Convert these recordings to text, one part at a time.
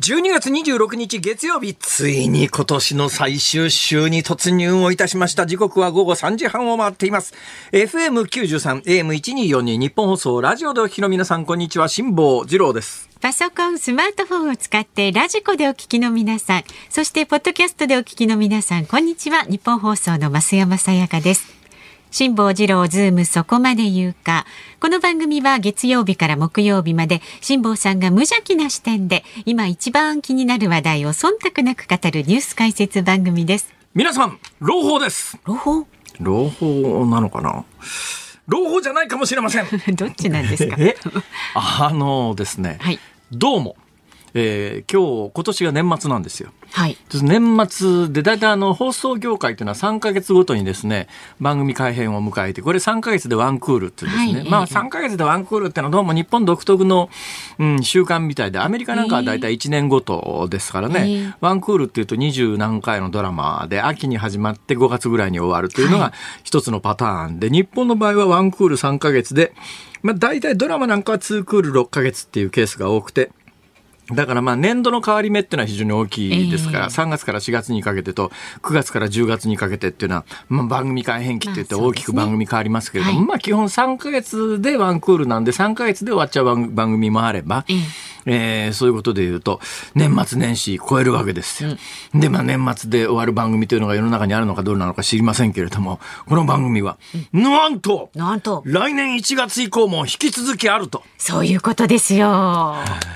12月26日月曜日、ついに今年の最終週に突入をいたしました。時刻は午後3時半を回っています。FM93、AM1242 日本放送ラジオでお聞きの皆さん、こんにちは。辛坊治郎です。 パソコン、スマートフォンを使ってラジコでお聞きの皆さん、そしてポッドキャストでお聞きの皆さん、こんにちは。日本放送の増山さやかです。辛坊治郎ズームそこまで言うか。この番組は月曜日から木曜日まで辛坊さんが無邪気な視点で今一番気になる話題を忖度なく語るニュース解説番組です。 皆さん、朗報です。 朗報なのかな。朗報じゃないかもしれません。 どっちなんですか。 ですね、はい、どうも今年が年末なんですよ。 はい、 年末でだいたい放送業界というのは3ヶ月ごとにですね、番組改編を迎えて、これ3ヶ月でワンクールっていうんですね。まあ3ヶ月でワンクールっていうのはどうも日本独特の、習慣みたいで、アメリカなんかはだいたい1年ごとですからね、ワンクールっていうと20何回のドラマで秋に始まって5月ぐらいに終わるというのが一つのパターンで、日本の場合はワンクール3ヶ月で、だいたいドラマなんかは2クール6ヶ月っていうケースが多くて、だから年度の変わり目っていうのは非常に大きいですから、3月から4月にかけてと9月から10月にかけてっていうのは、番組改編期って言って大きく番組変わりますけれども、基本3ヶ月でワンクールなんで3ヶ月で終わっちゃう番組もあれば、そういうことで言うと年末年始超えるわけですよ。で、年末で終わる番組というのが世の中にあるのかどうなのか知りませんけれども、この番組はなんと来年1月以降も引き続きあると。 そういうことですよ。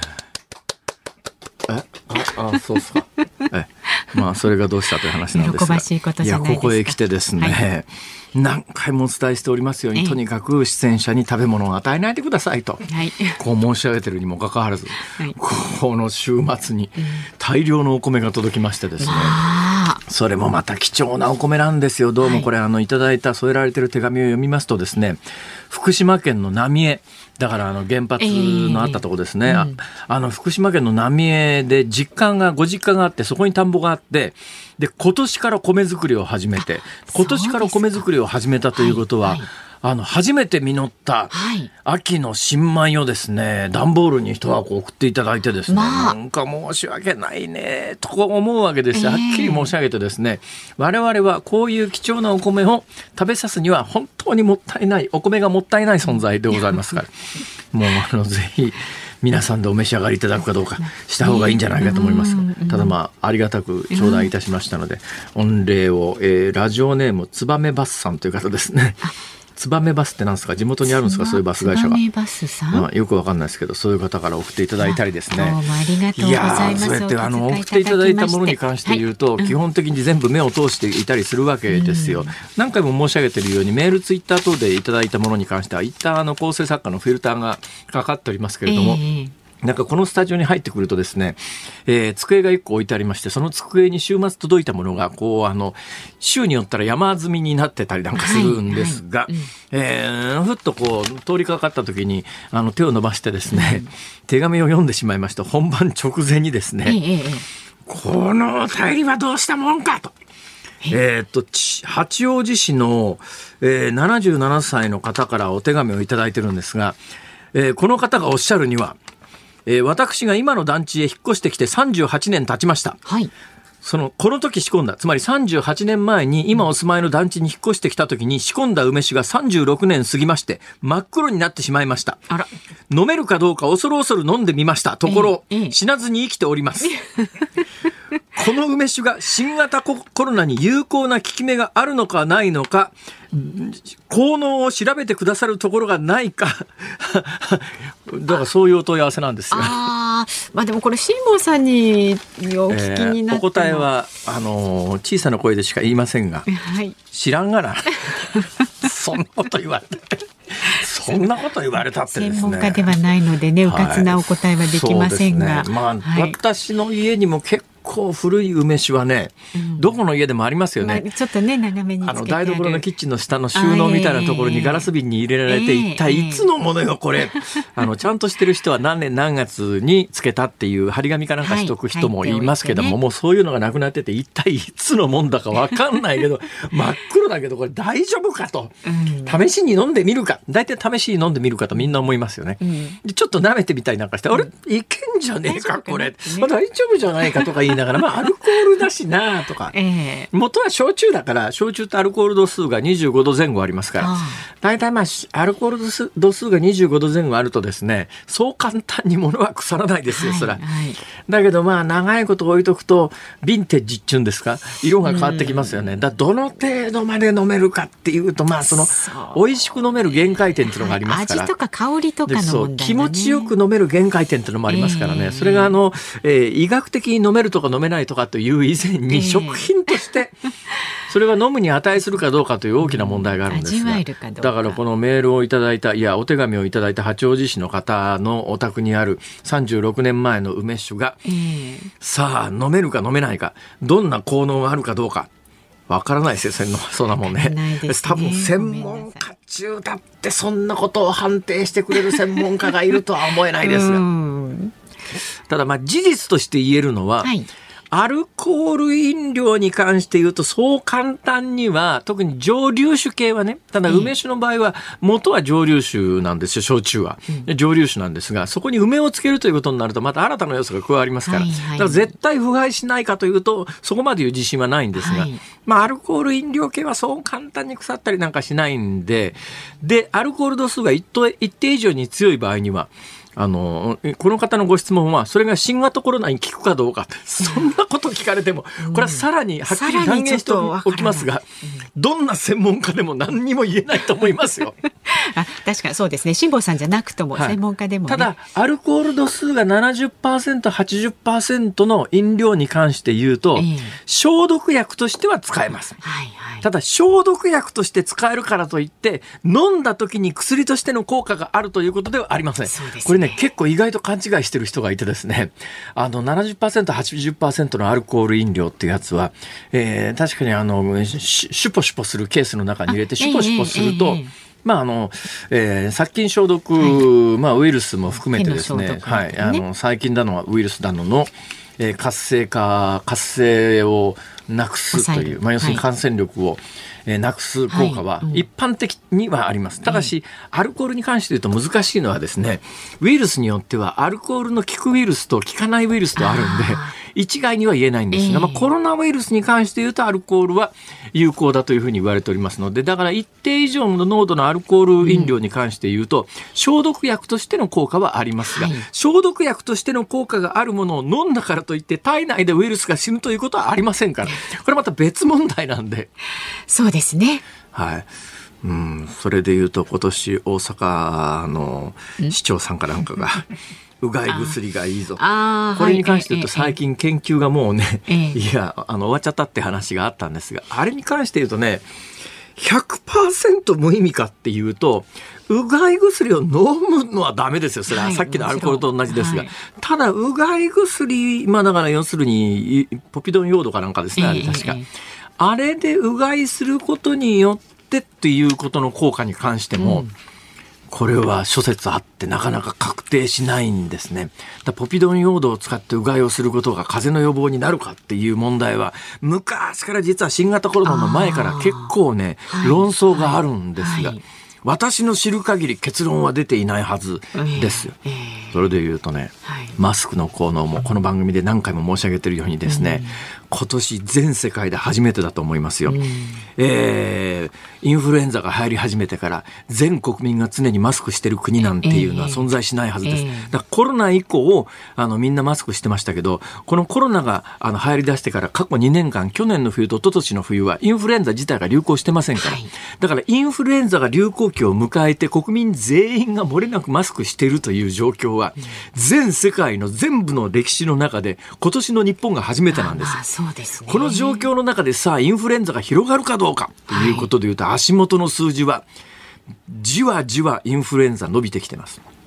そうですか。それがどうしたという話なんですが、 喜ばしいことじゃないですか。 ここへ来てですね、何回もお伝えしておりますように、とにかく出演者に食べ物を与えないでくださいと、こう申し上げてるにもかかわらず、この週末に大量のお米が届きましてですね、それもまた貴重なお米なんですよ。どうもこれいただいた添えられている手紙を読みますとですね、福島県の浪江だから原発のあったところですね、福島県の浪江でご実家があって、そこに田んぼがあって、で今年から米作りを始めて、今年から米作りを始めたということは、初めて実った秋の新米をですね、段ボールに一箱送っていただいてですね、なんか申し訳ないねと思うわけですよ。はっきり申し上げてですね、我々はこういう貴重なお米を食べさすには本当にもったいない、お米がもったいない存在でございますからもうぜひ皆さんでお召し上がりいただくかどうかした方がいいんじゃないかと思いますが、ただありがたく頂戴いたしましたので、御礼を、ラジオネームつばめバスさんという方ですね。つばめバスって何ですか。地元にあるんですか、そういうバス会社が。 バスさん、 よくわかんないですけど、そういう方から送っていただいたりですね。 どうもありがとうございます。 そうやって送っていただいたものに関して言うと、基本的に全部目を通していたりするわけですよ。何回も申し上げているように、メールツイッター等でいただいたものに関しては一旦構成作家のフィルターがかかっておりますけれども、なんかこのスタジオに入ってくるとですね、机が1個置いてありまして、その机に週末届いたものが週によったら山積みになってたりなんかするんですが、ふっと通りかかった時に手を伸ばしてですね、手紙を読んでしまいました。本番直前にですね、このお便りはどうしたもんかと。八王子市の、77歳の方からお手紙をいただいてるんですが、この方がおっしゃるには、私が今の団地へ引っ越してきて38年経ちました。この時仕込んだ、つまり38年前に今お住まいの団地に引っ越してきた時に仕込んだ梅酒が36年過ぎまして真っ黒になってしまいました。飲めるかどうか恐る恐る飲んでみました。ところ、死なずに生きております。この梅酒が新型コロナに有効な効き目があるのかないのか、効能を調べてくださるところがないかだからそういうお問い合わせなんですよ。 でもこれ辛坊さんにお聞きになって、 お答えは小さな声でしか言いませんが、知らんがなそんなこと言われてそんなこと言われたってですね、 専門家ではないのでね、うかつなお答えはできませんが、 私の家にも結構古い梅酒はね、どこの家でもありますよね。 ちょっとね斜めにつけてある台所のキッチンの下の収納みたいなところにガラス瓶に入れられて、一体いつのものよこれ。ちゃんとしてる人は何年何月につけたっていう張り紙かなんかしとく人もいますけども、もうそういうのがなくなってて、一体いつのもんだか分かんないけど真っ黒だけどこれ大丈夫かと、試しに飲んでみるか、大体試しに飲んでみるかとみんな思いますよね。ちょっと舐めてみたりなんかして、あれいけんじゃねえかこれ、大丈夫じゃないかとか言いながら、アルコールだしなとか、元は焼酎だから、焼酎ってアルコール度数が25度前後ありますから、大体アルコール度数が25度前後あるとですね、そう簡単に物は腐らないですよ、そら。だけど長いこと置いとくとヴィンテージっていうんですか、色が変わってきますよね。どの程度まで飲めるかっていうと、その美味しく飲める限界点っていうのがありますから、 味とか香りとかの問題だね。 気持ちよく飲める限界点っていうのもありますからね。それが医学的に飲めるとか飲めないとかという以前に、食品としてそれは飲むに値するかどうかという大きな問題があるんですが、だからこのメールをいただいた、お手紙をいただいた八王子市の方のお宅にある36年前の梅酒が、さあ飲めるか飲めないか、どんな効能があるかどうかわからないですよ、そんなもんね。多分専門家中だってそんなことを判定してくれる専門家がいるとは思えないですがただ事実として言えるのは、アルコール飲料に関して言うとそう簡単には、特に蒸留酒系はね、ただ梅酒の場合は元は蒸留酒なんですよ、焼酎は蒸留酒なんですが、そこに梅をつけるということになるとまた新たな要素が加わりますから、だから絶対腐敗しないかというとそこまでいう自信はないんですが、アルコール飲料系はそう簡単に腐ったりなんかしないんで、アルコール度数が一定以上に強い場合には、この方のご質問はそれが新型コロナに効くかどうか、そんなこと聞かれてもこれはさらにはっきり断言しておきますが、どんな専門家でも何にも言えないと思いますよ。 確かにそうですね、辛坊さんじゃなくとも専門家でも、ね、 ただアルコール度数が 70%、80% の飲料に関して言うと、消毒薬としては使えます、ただ消毒薬として使えるからといって飲んだ時に薬としての効果があるということではありません。これね、結構意外と勘違いしてる人がいてですね、70%、80% のアルコール飲料っていうやつは、確かにシュポシュポするケースの中に入れてシュポシュポすると、殺菌消毒、ウイルスも含めてですね、細菌だのウイルスだのの、活性をなくすという、要するに感染力をなくす効果は一般的にはあります。ただし、アルコールに関して言うと難しいのはですね、ウイルスによってはアルコールの効くウイルスと効かないウイルスとあるんで、一概には言えないんですが、コロナウイルスに関して言うとアルコールは有効だというふうに言われておりますので、だから一定以上の濃度のアルコール飲料に関して言うと、消毒薬としての効果はありますが、消毒薬としての効果があるものを飲んだからといって体内でウイルスが死ぬということはありませんから、これまた別問題なんで。 そうですね。 それでいうと今年大阪の市長さんかなんかがうがい薬がいいぞ、これに関して言うと最近研究がもうね、終わっちゃったって話があったんですが、あれに関して言うとね、100% 無意味かっていうと、うがい薬を飲むのはダメですよ。それはさっきのアルコールと同じですが、ただうがい薬、だから要するにポピドン用度かなんかですね、あれ確か、あれでうがいすることによってっていうことの効果に関しても、これは諸説あってなかなか確定しないんですね。ポピドン用度を使ってうがいをすることが風邪の予防になるかっていう問題は昔から実は新型コロナの前から結構ね、論争があるんですが、私の知る限り結論は出ていないはずですよ。それで言うとね、マスクの効能もこの番組で何回も申し上げているようにですね、今年全世界で初めてだと思いますよ。インフルエンザが流行り始めてから全国民が常にマスクしてる国なんていうのは存在しないはずです。だからコロナ以降みんなマスクしてましたけど、このコロナが流行り出してから過去2年間、去年の冬と一昨年の冬はインフルエンザ自体が流行してませんから、だからインフルエンザが流行期を迎えて国民全員が漏れなくマスクしているという状況は全世界の全部の歴史の中で今年の日本が初めてなんです。 そうですね。 この状況の中でさあインフルエンザが広がるかどうかということでいうと、足元の数字はじわじわインフルエンザ伸びてきてます。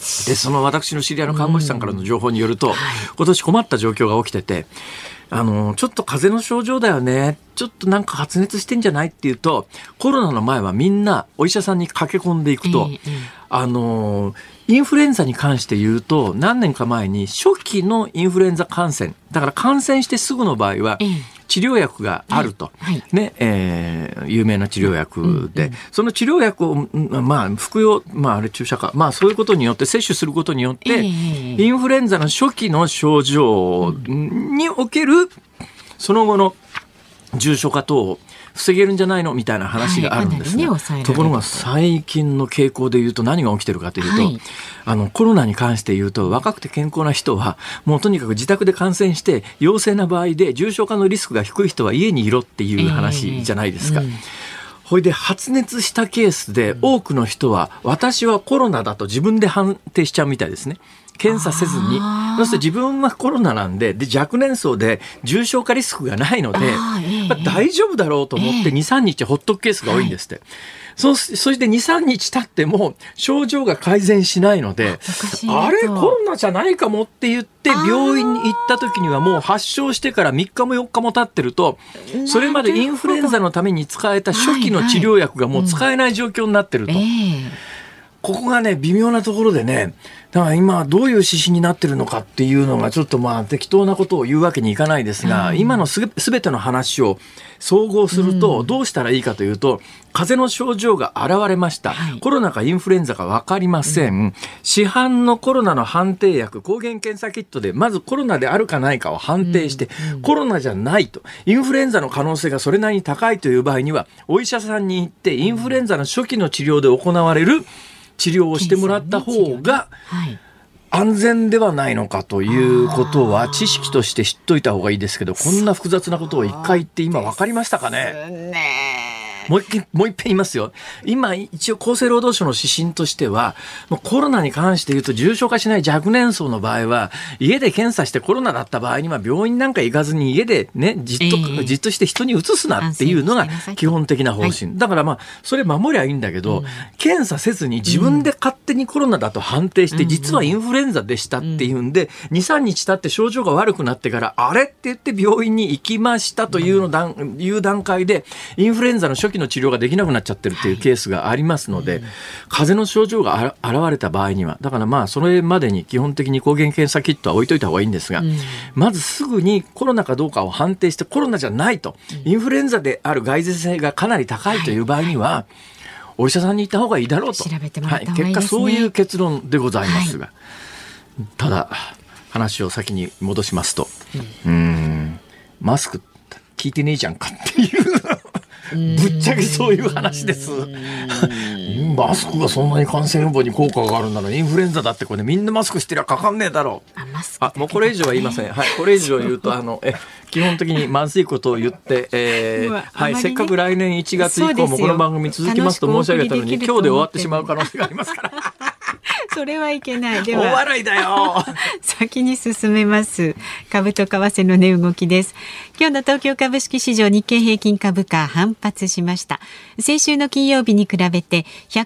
でその私の知り合いの看護師さんからの情報によると、今年困った状況が起きてて、ちょっと風邪の症状だよね、ちょっとなんか発熱してんじゃないっていうと、コロナの前はみんなお医者さんに駆け込んでいくと、インフルエンザに関して言うと、何年か前に初期のインフルエンザ感染だから、感染してすぐの場合は治療薬があると、有名な治療薬で、その治療薬を、服用、あれ注射か、そういうことによって摂取することによって、インフルエンザの初期の症状におけるその後の重症化等を防げるんじゃないのみたいな話があるんですが、ところが最近の傾向でいうと何が起きてるかというと、コロナに関して言うと、若くて健康な人はもうとにかく自宅で感染して陽性な場合で重症化のリスクが低い人は家にいろっていう話じゃないですか。ほいで発熱したケースで多くの人は、私はコロナだと自分で判定しちゃうみたいですね。検査せずに。そして自分はコロナなんで、若年層で重症化リスクがないので、大丈夫だろうと思って 2,3 日ほっとくケースが多いんですって。そして 2,3 日経っても症状が改善しないので、あれコロナじゃないかもって言って病院に行った時にはもう発症してから3日も4日も経ってると、それまでインフルエンザのために使えた初期の治療薬がもう使えない状況になってると。ここがね、微妙なところでね、だから今どういう指針になってるのかっていうのがちょっと適当なことを言うわけにいかないですが、今のすべての話を総合するとどうしたらいいかというと、風邪の症状が現れました、コロナかインフルエンザか分かりません、市販のコロナの判定薬、抗原検査キットでまずコロナであるかないかを判定して、コロナじゃないと、インフルエンザの可能性がそれなりに高いという場合には、お医者さんに行ってインフルエンザの初期の治療で行われる治療をしてもらった方が安全ではないのかということは知識として知っといた方がいいですけど、こんな複雑なことを一回言って今分かりましたかね。もう一遍言いますよ。今一応厚生労働省の指針としては、もうコロナに関して言うと重症化しない若年層の場合は、家で検査してコロナだった場合には病院なんか行かずに家でね、じっとして人に移すなっていうのが基本的な方針。だからそれ守りゃいいんだけど、検査せずに自分で勝手にコロナだと判定して、実はインフルエンザでしたっていうんで、2、3日経って症状が悪くなってから、あれって言って病院に行きましたという段階で、インフルエンザの初期の治療ができなくなっちゃってるっていうケースがありますので、風邪の症状が現れた場合には、だからそれまでに基本的に抗原検査キットは置いといた方がいいんですが、まずすぐにコロナかどうかを判定してコロナじゃないと、インフルエンザである蓋然性がかなり高いという場合には、お医者さんに行った方がいいだろうと、 調べてもらった方がいいですね。 結果そういう結論でございますが、ただ話を先に戻しますと、マスク聞いてねえじゃんかっていうぶっちゃけそういう話です。マスクがそんなに感染予防に効果があるなら、インフルエンザだってこれみんなマスクしてりゃかかんねえだろう。もうこれ以上は言いません。これ以上言うと基本的にまずいことを言って、せっかく来年1月以降もこの番組続きますと申し上げたのに、今日で終わってしまう可能性がありますからそれはいけない。では大笑いだよ先に進めます。株と為替の値動きです。今日の東京株式市場、日経平均株価反発しました。先週の金曜日に比べて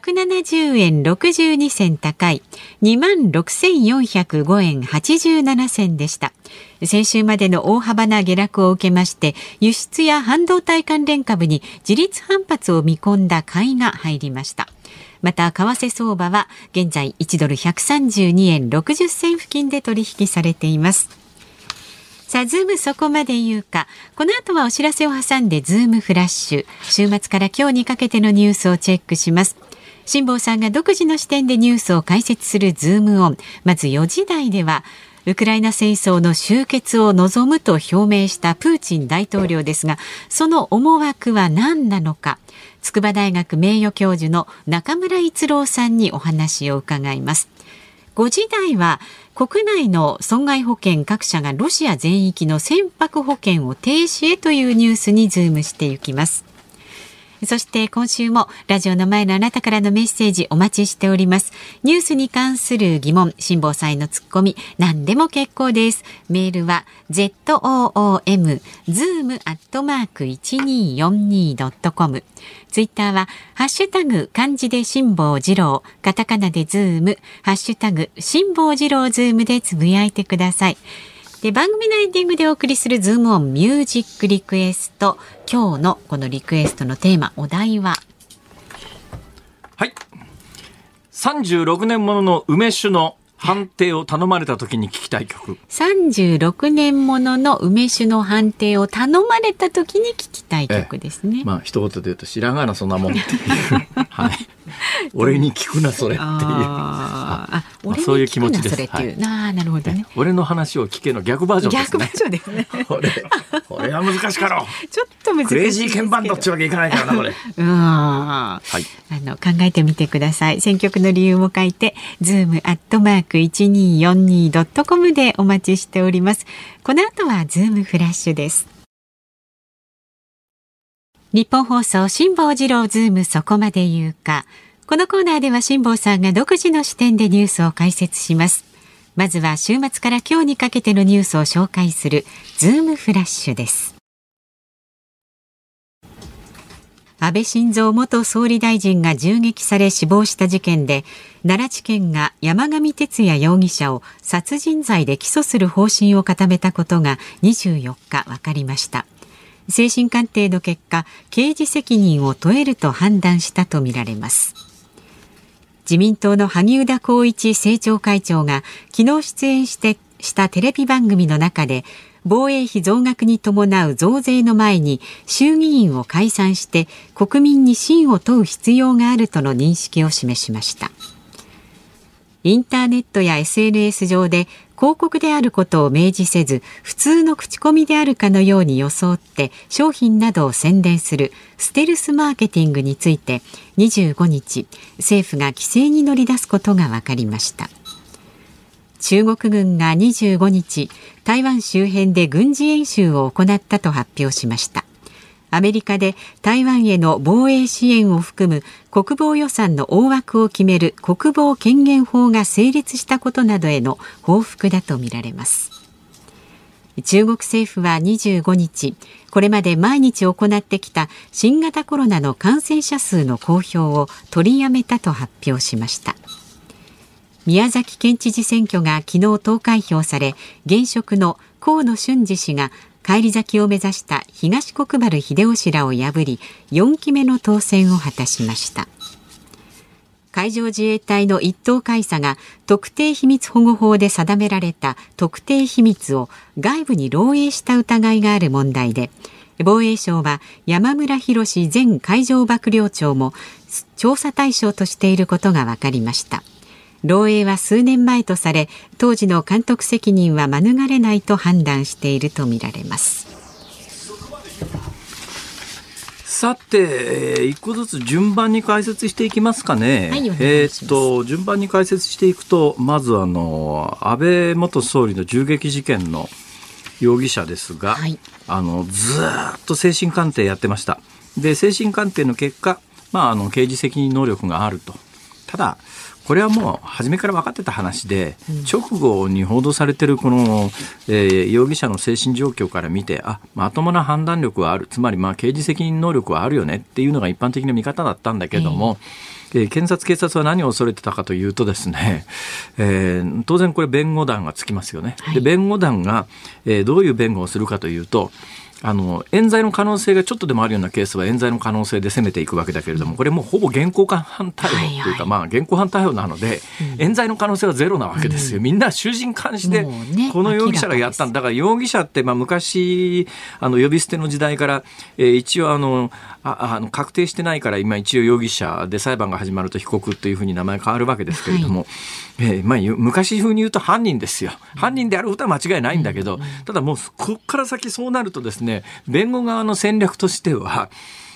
170円62銭高い 26,405 円87銭でした。先週までの大幅な下落を受けまして、輸出や半導体関連株に自立反発を見込んだ買いが入りました。また為替相場は現在1ドル132円60銭付近で取引されています。さあズームそこまで言うか。この後はお知らせを挟んでズームフラッシュ、週末から今日にかけてのニュースをチェックします。辛坊さんが独自の視点でニュースを解説するズームオン。まず4時台ではウクライナ戦争の終結を望むと表明したプーチン大統領ですが、その思惑は何なのか、筑波大学名誉教授の中村逸郎さんにお話を伺います。5時台は国内の損害保険各社がロシア全域の船舶保険を停止へというニュースにズームしていきます。 そして今週もラジオの前のあなたからのメッセージお待ちしております。ニュースに関する疑問、辛坊さんへのツッコミ、何でも結構です。メールは zoom@1242.com、 ツイッターはハッシュタグ漢字で辛坊治郎、カタカナでズーム、ハッシュタグ辛坊治郎ズームでつぶやいてください。で、番組のエンディングでお送りするズームオンミュージックリクエスト、今日のこのリクエストのテーマ、お題は、 はい、36年ものの梅酒の判定を頼まれた時に聞きたい曲。 36年ものの梅酒の判定を頼まれた時に聞きたい曲ですね。 まあ一言で言うと知らんがなそんなもんっていう、はい、俺に聞くなそれっていうそういう気持ちです。 はい、なるほどね。 俺の話を聞けの逆バージョンですね。 逆バージョンですね。 これは難しかろう。 ちょっと難しい。 クレイジーケンバンドってわけいかないからなこれ。 はい、考えてみてください。選曲の理由も書いて zoom@1242.com でお待ちしております。この後はズームフラッシュです。日本放送辛坊治郎ズームそこまで言うか。このコーナーでは辛坊さんが独自の視点でニュースを解説します。まずは週末から今日にかけてのニュースを紹介するズームフラッシュです。安倍晋三元総理大臣が銃撃され死亡した事件で、奈良地検が山上徹也容疑者を殺人罪で起訴する方針を固めたことが24日分かりました。精神鑑定の結果、刑事責任を問えると判断したとみられます。自民党の萩生田光一政調会長が昨日出演したテレビ番組の中で、防衛費増額に伴う増税の前に衆議院を解散して国民に信を問う必要があるとの認識を示しました。インターネットや SNS 上で広告であることを明示せず、普通の口コミであるかのように装って商品などを宣伝するステルスマーケティングについて25日、政府が規制に乗り出すことが分かりました。中国軍が25日、台湾周辺で軍事演習を行ったと発表しました。アメリカで台湾への防衛支援を含む国防予算の大枠を決める国防権限法が成立したことなどへの報復だとみられます。中国政府は25日、これまで毎日行ってきた新型コロナの感染者数の公表を取りやめたと発表しました。宮崎県知事選挙が昨日投開票され、現職の河野俊嗣氏が返り咲きを目指した東国原英夫氏らを破り4期目の当選を果たしました。海上自衛隊の一等海佐が特定秘密保護法で定められた特定秘密を外部に漏洩した疑いがある問題で、防衛省は山村博前海上幕僚長も調査対象としていることが分かりました。漏洩は数年前とされ、当時の監督責任は免れないと判断しているとみられます。 さて、一個ずつ順番に解説していきますかね。 はい、お願いします。 順番に解説していくと、まず安倍元総理の銃撃事件の容疑者ですが、はい、ずっと精神鑑定やってました。で、精神鑑定の結果、刑事責任能力があると。ただこれはもう初めから分かってた話で、直後に報道されているこの、容疑者の精神状況から見て、まともな判断力はある、つまり刑事責任能力はあるよねっていうのが一般的な見方だったんだけども、検察警察は何を恐れてたかというとですね、当然これ弁護団がつきますよね。で、弁護団が、どういう弁護をするかというと、冤罪の可能性がちょっとでもあるようなケースは冤罪の可能性で攻めていくわけだけれども、これもうほぼ現行犯逮捕というか、現行犯逮捕なので、冤罪の可能性はゼロなわけですよ。みんな囚人監視でこの容疑者がやったんだから、容疑者って昔呼び捨ての時代から、一応確定してないから今一応容疑者で、裁判が始まると被告というふうに名前変わるわけですけれども、昔風に言うと犯人ですよ。犯人であることは間違いないんだけど、ただもうここから先そうなるとですね、弁護側の戦略としては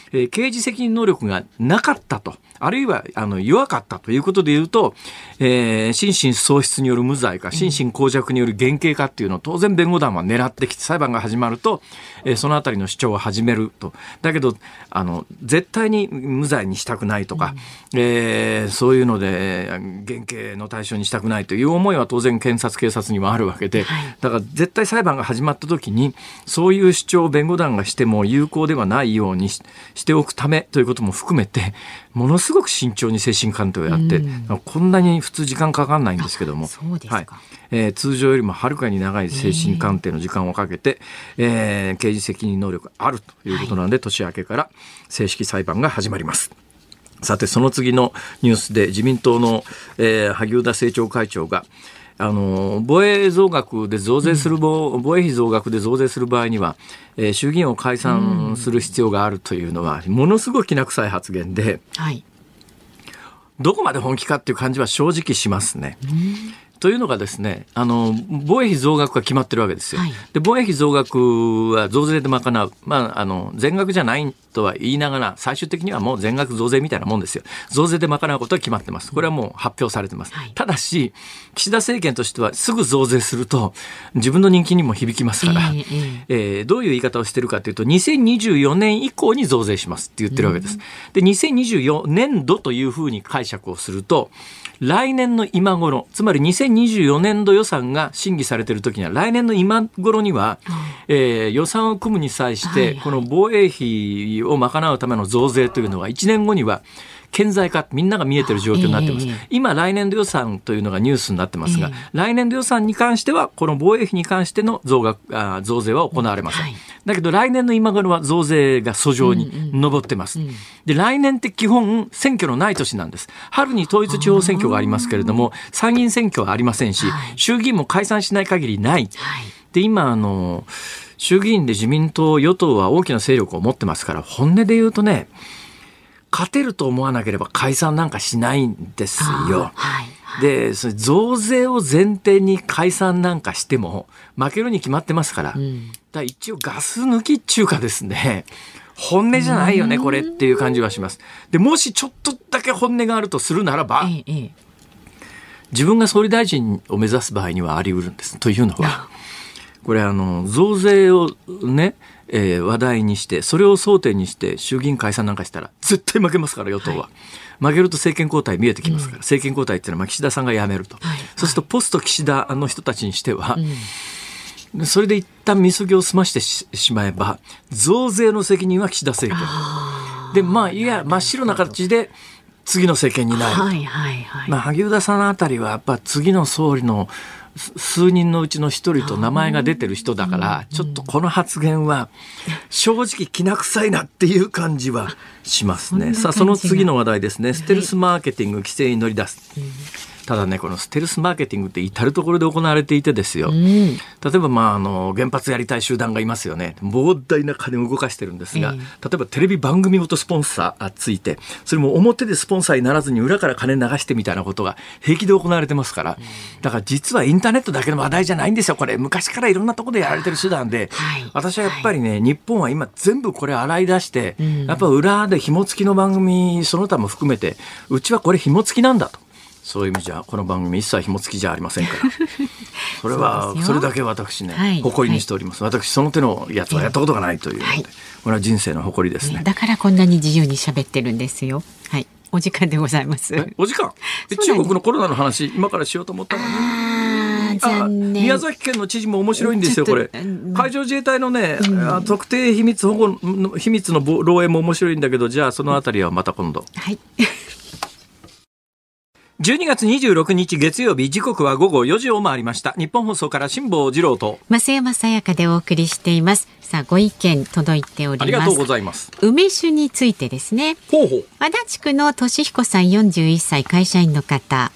刑事責任能力がなかったと、あるいは弱かったということでいうと、心神喪失による無罪か心神耗弱による減刑かっていうのを当然弁護団は狙ってきて、裁判が始まると、そのあたりの主張を始めると。だけど絶対に無罪にしたくないとか、そういうので減刑の対象にしたくないという思いは当然検察警察にはあるわけで、だから絶対裁判が始まった時にそういう主張を弁護団がしても有効ではないようにしておくためということも含めて、ものすごく慎重に精神鑑定をやって、こんなに普通時間かかんないんですけども、 そうですか。 通常よりもはるかに長い精神鑑定の時間をかけて、刑事責任能力があるということなので、年明けから正式裁判が始まります。さて、その次のニュースで自民党の、萩生田政調会長が防衛増額で増税する防衛費増額で増税する場合には、衆議院を解散する必要があるというのはものすごくきな臭い発言で、どこまで本気かっていう感じは正直しますね。というのがですね、防衛費増額が決まってるわけですよ。で、防衛費増額は増税で賄う。全額じゃないとは言いながら、最終的にはもう全額増税みたいなもんですよ。増税で賄うことは決まってます。これはもう発表されてます。ただし、岸田政権としてはすぐ増税すると自分の人気にも響きますから、どういう言い方をしているかというと、2024年以降に増税しますって言ってるわけです。で、2024年度というふうに解釈をすると、来年の今頃、つまり2024年度予算が審議されているときには、来年の今頃には、予算を組むに際して、この防衛費を賄うための増税というのは1年後には顕在化、みんなが見えている状況になっています。今、来年度予算というのがニュースになってますが、来年度予算に関しては、この防衛費に関しての増税は行われません。だけど、来年の今頃は増税が訴状に上ってます。で、来年って基本選挙のない年なんです。春に統一地方選挙がありますけれども、参議院選挙はありませんし、衆議院も解散しない限りない。で、今、衆議院で自民党、与党は大きな勢力を持ってますから、本音で言うとね、勝てると思わなければ解散なんかしないんですよ。で、それ増税を前提に解散なんかしても負けるに決まってますから、だから一応ガス抜きっちゅうかですね、本音じゃないよねこれっていう感じはします。で、もしちょっとだけ本音があるとするならば、自分が総理大臣を目指す場合にはあり得るんです。というのは、これ増税をね、話題にして、それを争点にして衆議院解散なんかしたら絶対負けますから、与党は。負けると政権交代見えてきますから、政権交代っていうのは岸田さんが辞めると。そうするとポスト岸田の人たちにしては、それで一旦みそぎを済まして しまえば、増税の責任は岸田政権で、いや真っ白な形で次の政権になる。萩生田さんあたりはやっぱ次の総理の数人のうちの一人と名前が出てる人だから、ちょっとこの発言は正直きな臭いなっていう感じはしますね。さあ、その次の話題ですね。ステルスマーケティング規制に乗り出す。ただね、このステルスマーケティングって至るところで行われていてですよ、例えば、原発やりたい集団がいますよね。膨大な金を動かしてるんですが、例えばテレビ番組ごとスポンサーついて、それも表でスポンサーにならずに裏から金流してみたいなことが平気で行われてますから、だから実はインターネットだけの話題じゃないんですよ。これ昔からいろんなところでやられてる手段で、私はやっぱりね、日本は今全部これ洗い出して、やっぱ裏で紐付きの番組その他も含めて、うちはこれ紐付きなんだと。そういう意味じゃこの番組一切紐付きじゃありませんからそれはそれだけ私ね、誇りにしております。私その手のやつはやったことがないというので、これは人生の誇りですね。 だからこんなに自由に喋ってるんですよ。お時間でございます。 お時間？中国のコロナの話今からしようと思ったのに、宮崎県の知事も面白いんですよ。これ海上自衛隊のね、特定秘密保護の秘密の漏洩も面白いんだけど、じゃあそのあたりはまた今度。12月26日月曜日、時刻は午後4時を回りました。日本放送から辛坊治郎と増山さやかでお送りしています。さあ、ご意見届いております。 ありがとうございます。 梅酒についてですね。足立区の俊彦さん41歳会社員の方。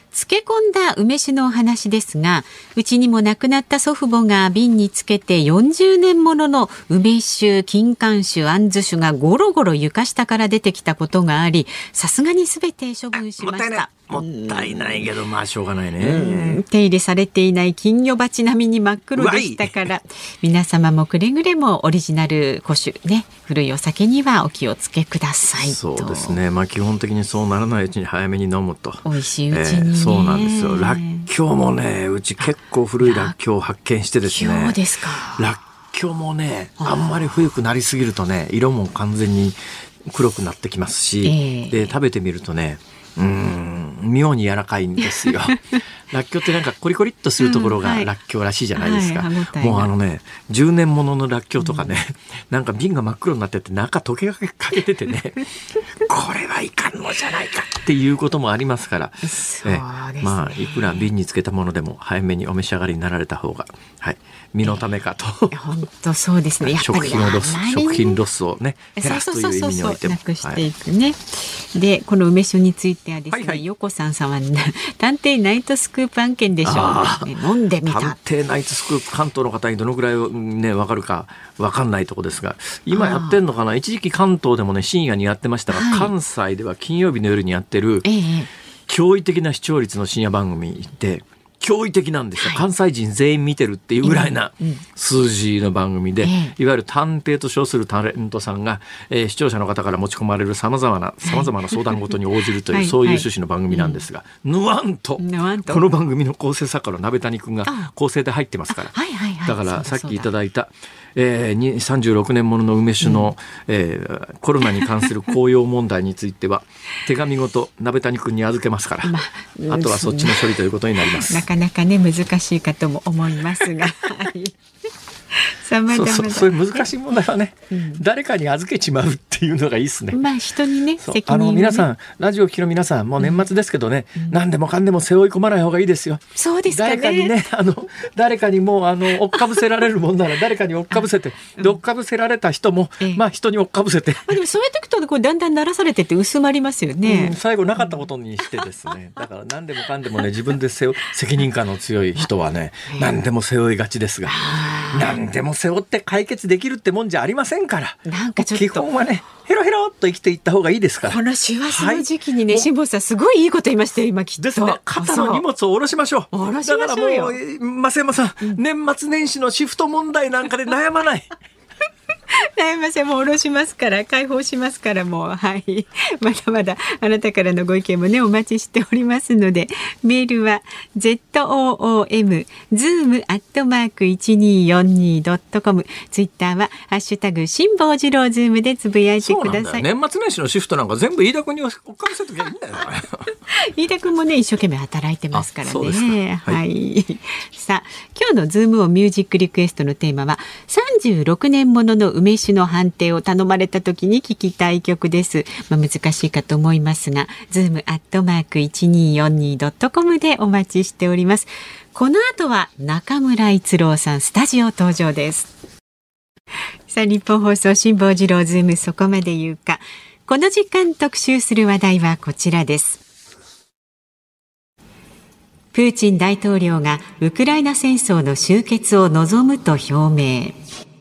漬け込んだ梅酒のお話ですが、うちにも亡くなった祖父母が瓶につけて40年ものの梅酒、金柑酒、杏珠酒がゴロゴロ床下から出てきたことがあり、さすがに全て処分しました。 もったいないけど、まあしょうがないね。 手入れされていない金魚鉢並みに真っ黒でしたから、皆様もくれぐれもオリジナル古酒ね、古いお酒にはお気をつけくださいと。 そうですね、まあ基本的にそうならないうちに早めに飲むと。 美味しいうちにね、 そうなんですよ。らっきょうもね、うち結構古いらっきょうを発見してですね。 そうですか。 らっきょうもね、あんまり古くなりすぎるとね、色も完全に黒くなってきますし、で食べてみるとね、妙に柔らかいんですよ。らっきょうってなんかコリコリっとするところがらっきょうらしいじゃないですか。もうね、10年もののらっきょうとかね、なんか瓶が真っ黒になってて中溶けかけててね、これはいかんのじゃないかっていうこともありますから、まあいくら瓶につけたものでも早めにお召し上がりになられた方が、はい、身のためかと。 本当そうですね。 食品ロスをね、減らすという意味においてもなくしていくね。で、この梅酒についてはですね、横さん様に探偵ナイトスクープ案件でしょう、ね、飲んでみた。 探偵ナイトスクープ、関東の方にどのくらいね分かるか分かんないとこですが、今やってんのかな。一時期関東でもね深夜にやってましたが、関西では金曜日の夜にやってる驚異的な視聴率の深夜番組って驚異的なんですよ。関西人全員見てるっていうぐらいな数字の番組で、いわゆる探偵と称するタレントさんが、視聴者の方から持ち込まれるさまざまな相談事に応じるという、そういう趣旨の番組なんですが、なんとこの番組の構成作家の鍋谷くんが構成で入ってますから、だからさっきいただいた36年ものの梅酒の、コロナに関する紅葉問題については手紙ごと鍋谷くんに預けますから、あとはそっちの処理ということになります。 なかなかね難しいかとも思いますがそういう難しい問題はね、誰かに預けちまうっていうのがいいですね。 まあ人にね、責任をね、 皆さんラジオを聴きの皆さん、もう年末ですけどね、何でもかんでも背負い込まない方がいいですよ。 そうですかね。 誰かにね、誰かにもう追っかぶせられるもんなら誰かに追っかぶせて、で追っかぶせられた人も、まあ人に追っかぶせて、 でもそうやっていくとこうだんだん慣らされてって薄まりますよね。 最後なかったことにしてですね、だから何でもかんでもね、自分で責任感の強い人はね、何でも背負いがちですが、何でも背負って解決できるってもんじゃありませんから、 なんかちょっと基本はねヘロヘロっと生きていった方がいいですから。 この師走の時期にね、辛坊さんすごいいいこと言いましたよ今きっとですね。肩の荷物を下ろしましょう。 下ろしましょうよ。 だからもう増山さん、年末年始のシフト問題なんかで悩まない悩ませもう下ろしますから解放しますから、もうはいまだまだあなたからのご意見もねお待ちしておりますので、メールは zoom@1242.com、 ツイッターはハッシュタグ辛坊治郎ズームでつぶやいてください。 年末年始のシフトなんか全部飯田君におかせときゃいいんだよ飯田君もね一生懸命働いてますからね。はい、さあ今日のズームをミュージックリクエストのテーマは36年ものの梅酒の判定を頼まれた時に聞きたい曲です。難しいかと思いますが zoom@1242.com でお待ちしております。この後は中村逸郎さんスタジオ登場です。さあ日本放送辛坊治郎ズームそこまで言うか。この時間特集する話題はこちらです。プーチン大統領がウクライナ戦争の終結を望むと表明。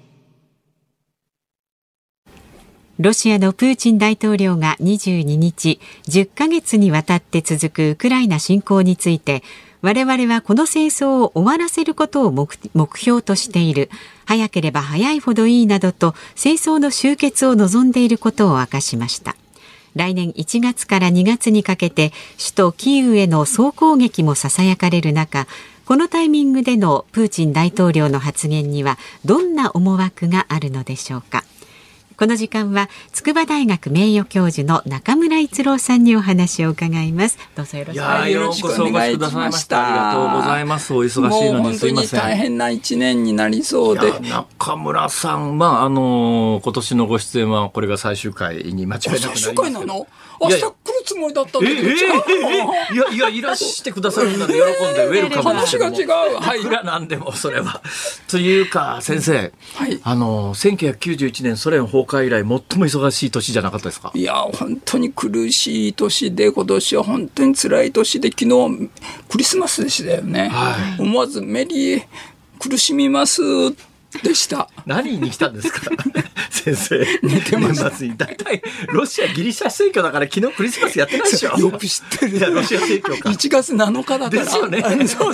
ロシアのプーチン大統領が22日、10ヶ月にわたって続くウクライナ侵攻について、我々はこの戦争を終わらせることを目標としている。早ければ早いほどいいなどと戦争の終結を望んでいることを明かしました。来年1月から2月にかけて首都キーウへの総攻撃もささやかれる中、このタイミングでのプーチン大統領の発言にはどんな思惑があるのでしょうか。この時間は筑波大学名誉教授の中村逸郎さんにお話を伺います。どうぞよろしくお願いします。 よろしくお願いしました。ありがとうございます。お忙しいのにすいません。 もう本当に大変な一年になりそうで。 中村さんは今年のご出演はこれが最終回に間違いなくなります。 最終回なの？明日来るつもりだったんだけど、 いやいらしてくださるなら喜んでウェルカム話が違う。 はい。いくらなんでもそれはというか先生、 はい、 1991年ソ連崩壊以来最も忙しい年じゃなかったですか？ いや本当に苦しい年で、今年は本当に辛い年で、昨日クリスマスでしたよね、はい、思わずメリー苦しみますでした。 何に来たんですか先生。寝てます。だいたいロシアギリシャ正教だから昨日クリスマスやってないでしょ。 よく知ってる。 ロシア正教か。 1月7日だから。 ですよね。 そう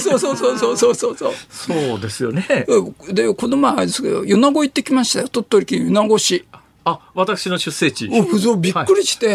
ですよね。 でこの前ですけど、米子行ってきましたよ。鳥取県米子市。 私の出生地。 びっくりして、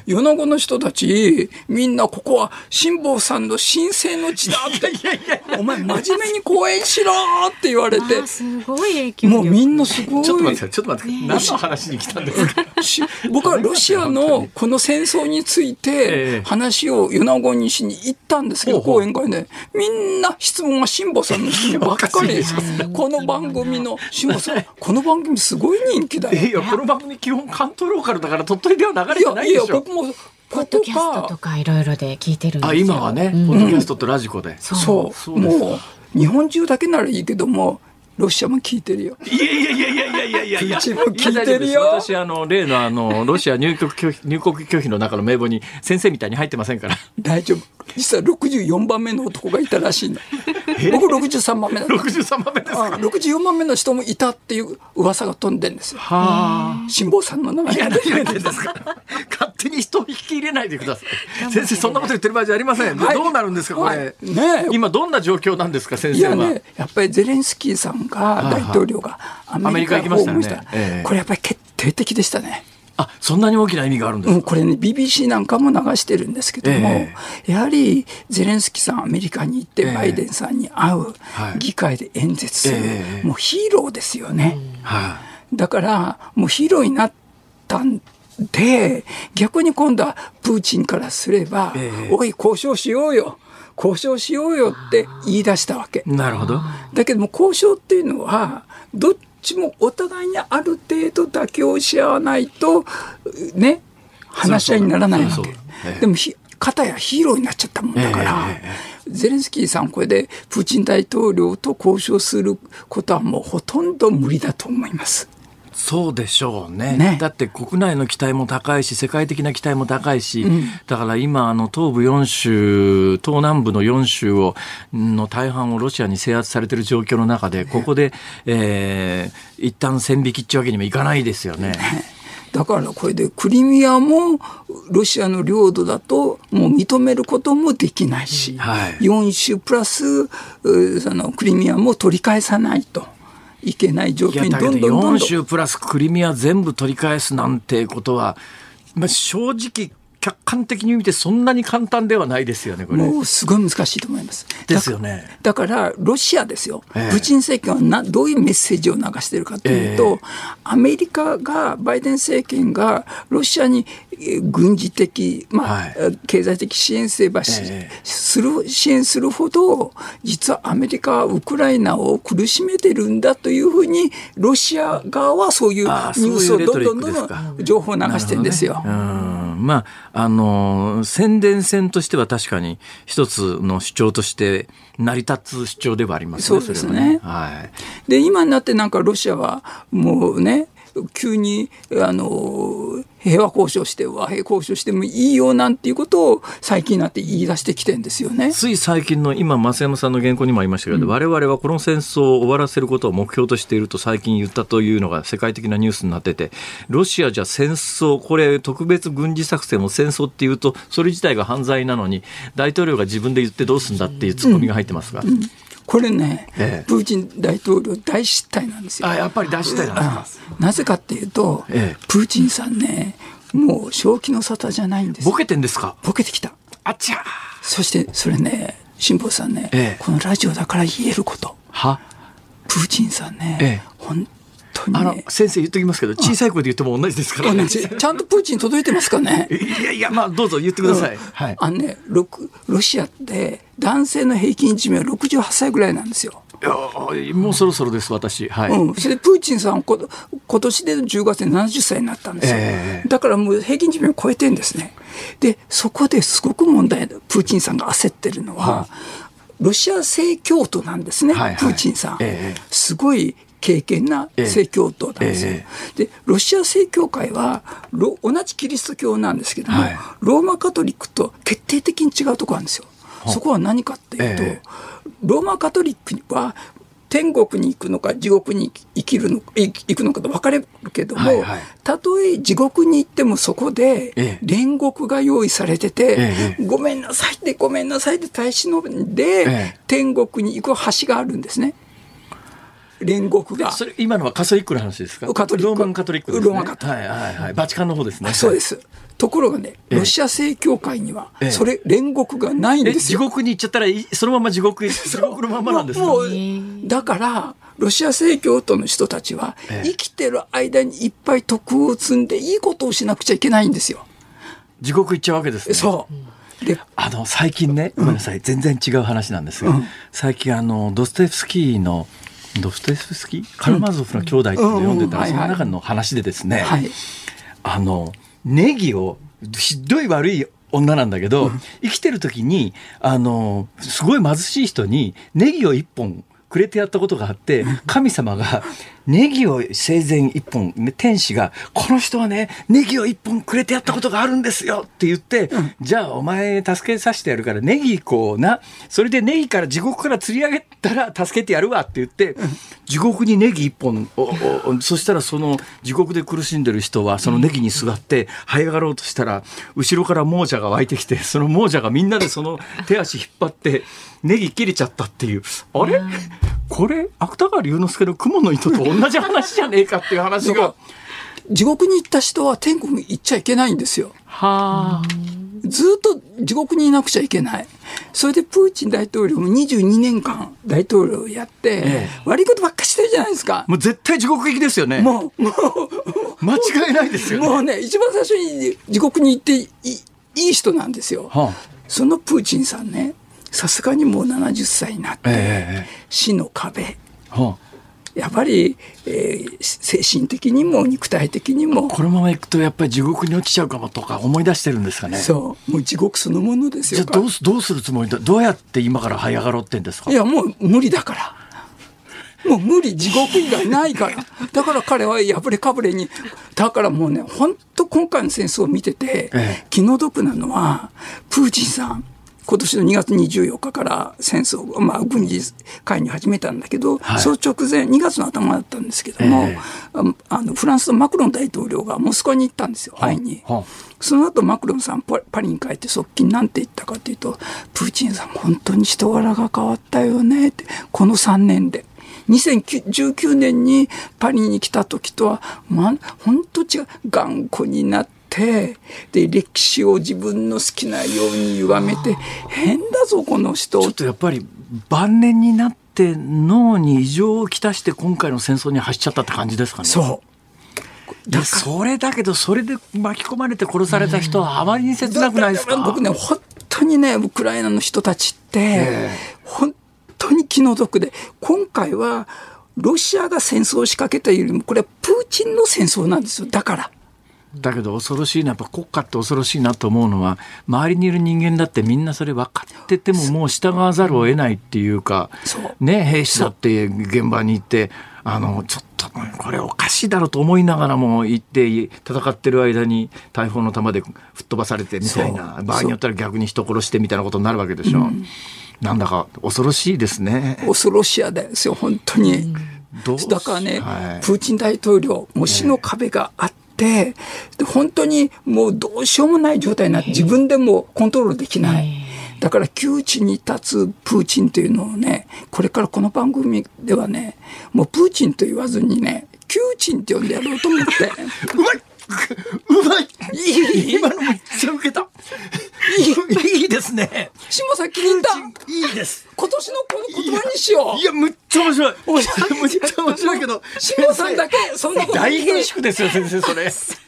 米子の人たちみんなここは辛坊さんの神聖の地だってお前真面目に講演しろって言われて、 すごい影響力。 もうみんなすごい。 ちょっと待って何の話に来たんですか？ 僕はロシアのこの戦争について話を米子にしに行ったんですけど、講演会でみんな質問は辛坊さんの人にばっかりこの番組の辛坊さんこの番組すごい人気だよ。 この番組基本関東ローカルだから鳥取では流れてないでしょ。 僕もポッドキャストとかいろいろで聞いてるんですよ。 今はね、ポッドキャストとラジコで。 そうもう日本中だけならいいけども、ロシアも聞いてるよ。 いやうちも聞いてるよ。 私例のロシア入国拒否の中の名簿に先生みたいに入ってませんから。 大丈夫。実は64番目の男がいたらしいの。僕63番目だった。 63番目ですか。 64番目の人もいたっていう噂が飛んでんですよ。辛坊さんの名前。 何言ってんですか。勝手に人を引き入れないでください。先生そんなこと言ってる場合じゃありません。どうなるんですかこれ。今どんな状況なんですか先生は。 いやね、やっぱりゼレンスキーさんが大統領がアメリカに訪問した。これやっぱり決定的でしたね。 そんなに大きな意味があるんですか？ これね BBC なんかも流してるんですけども、やはりゼレンスキーさんアメリカに行ってバイデンさんに会う、議会で演説する、もうヒーローですよね、だからもうヒーローになったんで、逆に今度はプーチンからすれば、おい交渉しようよって言い出したわけ。 なるほど。 だけども交渉っていうのはどっちもお互いにある程度妥協し合わないとね、話し合いにならないわけ。でも片やヒーローになっちゃったもんだから、ゼレンスキーさんこれでプーチン大統領と交渉することはもうほとんど無理だと思います。 そうでしょうね。だって国内の期待も高いし世界的な期待も高いし、だから今東部4州東南部の4州の大半をロシアに制圧されている状況の中で、ここで、一旦線引きってわけにもいかないですよね。 だからこれでクリミアもロシアの領土だともう認めることもできないし、4州プラスそのクリミアも取り返さないといけない状況にどんどん 4州プラスクリミア全部取り返すなんてことは、正直客観的に見てそんなに簡単ではないですよね。これもうすごい難しいと思います。 ですよね。 だからロシアですよ、プーチン政権はどういうメッセージを流しているかというと、アメリカがバイデン政権がロシアに軍事的、経済的支援すれば支援するほど実はアメリカはウクライナを苦しめてるんだというふうにロシア側はそういうニュースをどんどん情報を流してるんですよ。 宣伝戦としては確かに一つの主張として成り立つ主張ではありますね。 そうですね。で今になってなんかロシアはもうね急に平和交渉して和平交渉してもいいよなんていうことを最近になって言い出してきてるんですよね。 つい最近の今増山さんの原稿にもありましたけど、我々はこの戦争を終わらせることを目標としていると最近言ったというのが世界的なニュースになってて、ロシアじゃ戦争これ特別軍事作戦を戦争っていうとそれ自体が犯罪なのに大統領が自分で言ってどうするんだっていうツッコミが入ってますが、 これね、プーチン大統領大失態なんですよ。 やっぱり大失態なんですか。 なぜかっていうと、プーチンさんねもう正気の沙汰じゃないんです。 ボケてんですか。 ボケてきた。 あっちゃ。 そしてそれね辛坊さんね、このラジオだから言えることプーチンさんね、本当にね先生言っときますけど小さい声で言っても同じですからね。 ちゃんとプーチン届いてますかね。 いやどうぞ言ってください。 ロシアって男性の平均寿命は68歳ぐらいなんですよ。 もうそろそろです私。それでプーチンさん今年での10月で70歳になったんですよ。だからもう平均寿命を超えてるんですね。 でそこですごく問題、プーチンさんが焦ってるのは、ロシア正教徒なんですね、プーチンさん、すごい敬虔な正教徒なんですよ。でロシア正教会は同じキリスト教なんですけども、ローマカトリックと決定的に違うところなんですよ。そこは何かっていうと、ローマカトリックは天国に行くのか地獄に行くのかと分かれるけども、たとえ地獄に行ってもそこで煉獄が用意されてて、ごめんなさいってごめんなさいって耐え忍んで、天国に行く橋があるんですね。煉獄が。 それ今のはカトリックの話ですか？ローマンカトリックですね。 ローマカトリック、 バチカンの方ですね。 そうです。ところがね、ロシア正教会にはそれ煉獄がないんですよ。 地獄に行っちゃったらそのまま地獄のままなんですか？ だからロシア正教徒の人たちは生きてる間にいっぱい徳を積んでいいことをしなくちゃいけないんですよ。 地獄行っちゃうわけですね。 そうで最近ね、ごめんなさい、全然違う話なんですが、最近ドストエフスキーカラマーゾフの兄弟って読んでたら、その中の話でですね、ネギをひどい悪い女なんだけど、生きてる時にすごい貧しい人にネギを1本くれてやったことがあって、神様がネギを生前1本、天使がこの人はねネギを1本くれてやったことがあるんですよって言って、じゃあお前助けさせてやるからネギこうな、それでネギから地獄から釣り上げたら助けてやるわって言って、地獄にネギ1本そしたらその地獄で苦しんでる人はそのネギにすがって這い上がろうとしたら、後ろから亡者が湧いてきて、その亡者がみんなでその手足引っ張ってネギ切れちゃったっていう、あれこれ芥川龍之介の雲の糸と同じ話じゃねえかっていう話が。 地獄に行った人は天国に行っちゃいけないんですよ。ずっと地獄にいなくちゃいけない。それでプーチン大統領も22年間大統領をやって、悪いことばっかしてるじゃないですか。 もう絶対地獄行きですよね。もう間違いないですよね。 もうね、一番最初に地獄に行っていい人なんですよ。そのプーチンさんね、さすがにもう70歳になって、死の壁、やっぱり、精神的にも肉体的にもこのままいくとやっぱり地獄に落ちちゃうかもとか思い出してるんですかね。 もう地獄そのものですよ。 じゃあどうするつもりだ、どうやって今から這い上がろうってんですか？ いやもう無理だから、もう無理、地獄以外ないから。だから彼は破れかぶれに、だからもうね、本当今回の戦争を見てて、気の毒なのはプーチンさん、今年の2月24日から戦争、軍事介入始めたんだけど、その直前2月の頭だったんですけども、フランスのマクロン大統領がモスクワに行ったんですよ、会いに。その後マクロンさんパリに帰って側近なんて言ったかというと、プーチンさん本当に人柄が変わったよねって、この3年で。2019年にパリに来た時とは、本当違う、頑固になって、で歴史を自分の好きなように歪めて、変だぞこの人。 ちょっとやっぱり晩年になって脳に異常をきたして今回の戦争に走っちゃったって感じですかね。それだけど、それで巻き込まれて殺された人はあまりに切なくないですか？ 僕ね、本当にね、ウクライナの人たちって本当に気の毒で、今回はロシアが戦争を仕掛けたよりもこれはプーチンの戦争なんですよ。だけど恐ろしいな、やっぱ国家って恐ろしいなと思うのは、周りにいる人間だってみんなそれ分かっててももう従わざるを得ないっていうか、兵士だって現場に行ってちょっとこれおかしいだろうと思いながらも行って戦ってる間に大砲の弾で吹っ飛ばされてみたいな、場合によったら逆に人殺してみたいなことになるわけでしょ。なんだか恐ろしいですね。 恐ろしやですよ本当に。だからね、プーチン大統領もう死の壁があって、で本当にもうどうしようもない状態になって、自分でもコントロールできない。だから窮地に立つプーチンというのをね、これからこの番組ではね、もうプーチンと言わずにね、窮チンって呼んでやろうと思って。 うまい今のめっちゃウケた。いいですね。 下さん気に入った。 いいです。 今年のこの言葉にしよう。 いや、むっちゃ面白い。むっちゃ面白いけど、 下さんだけそんなこと大厳粛ですよ先生、それ。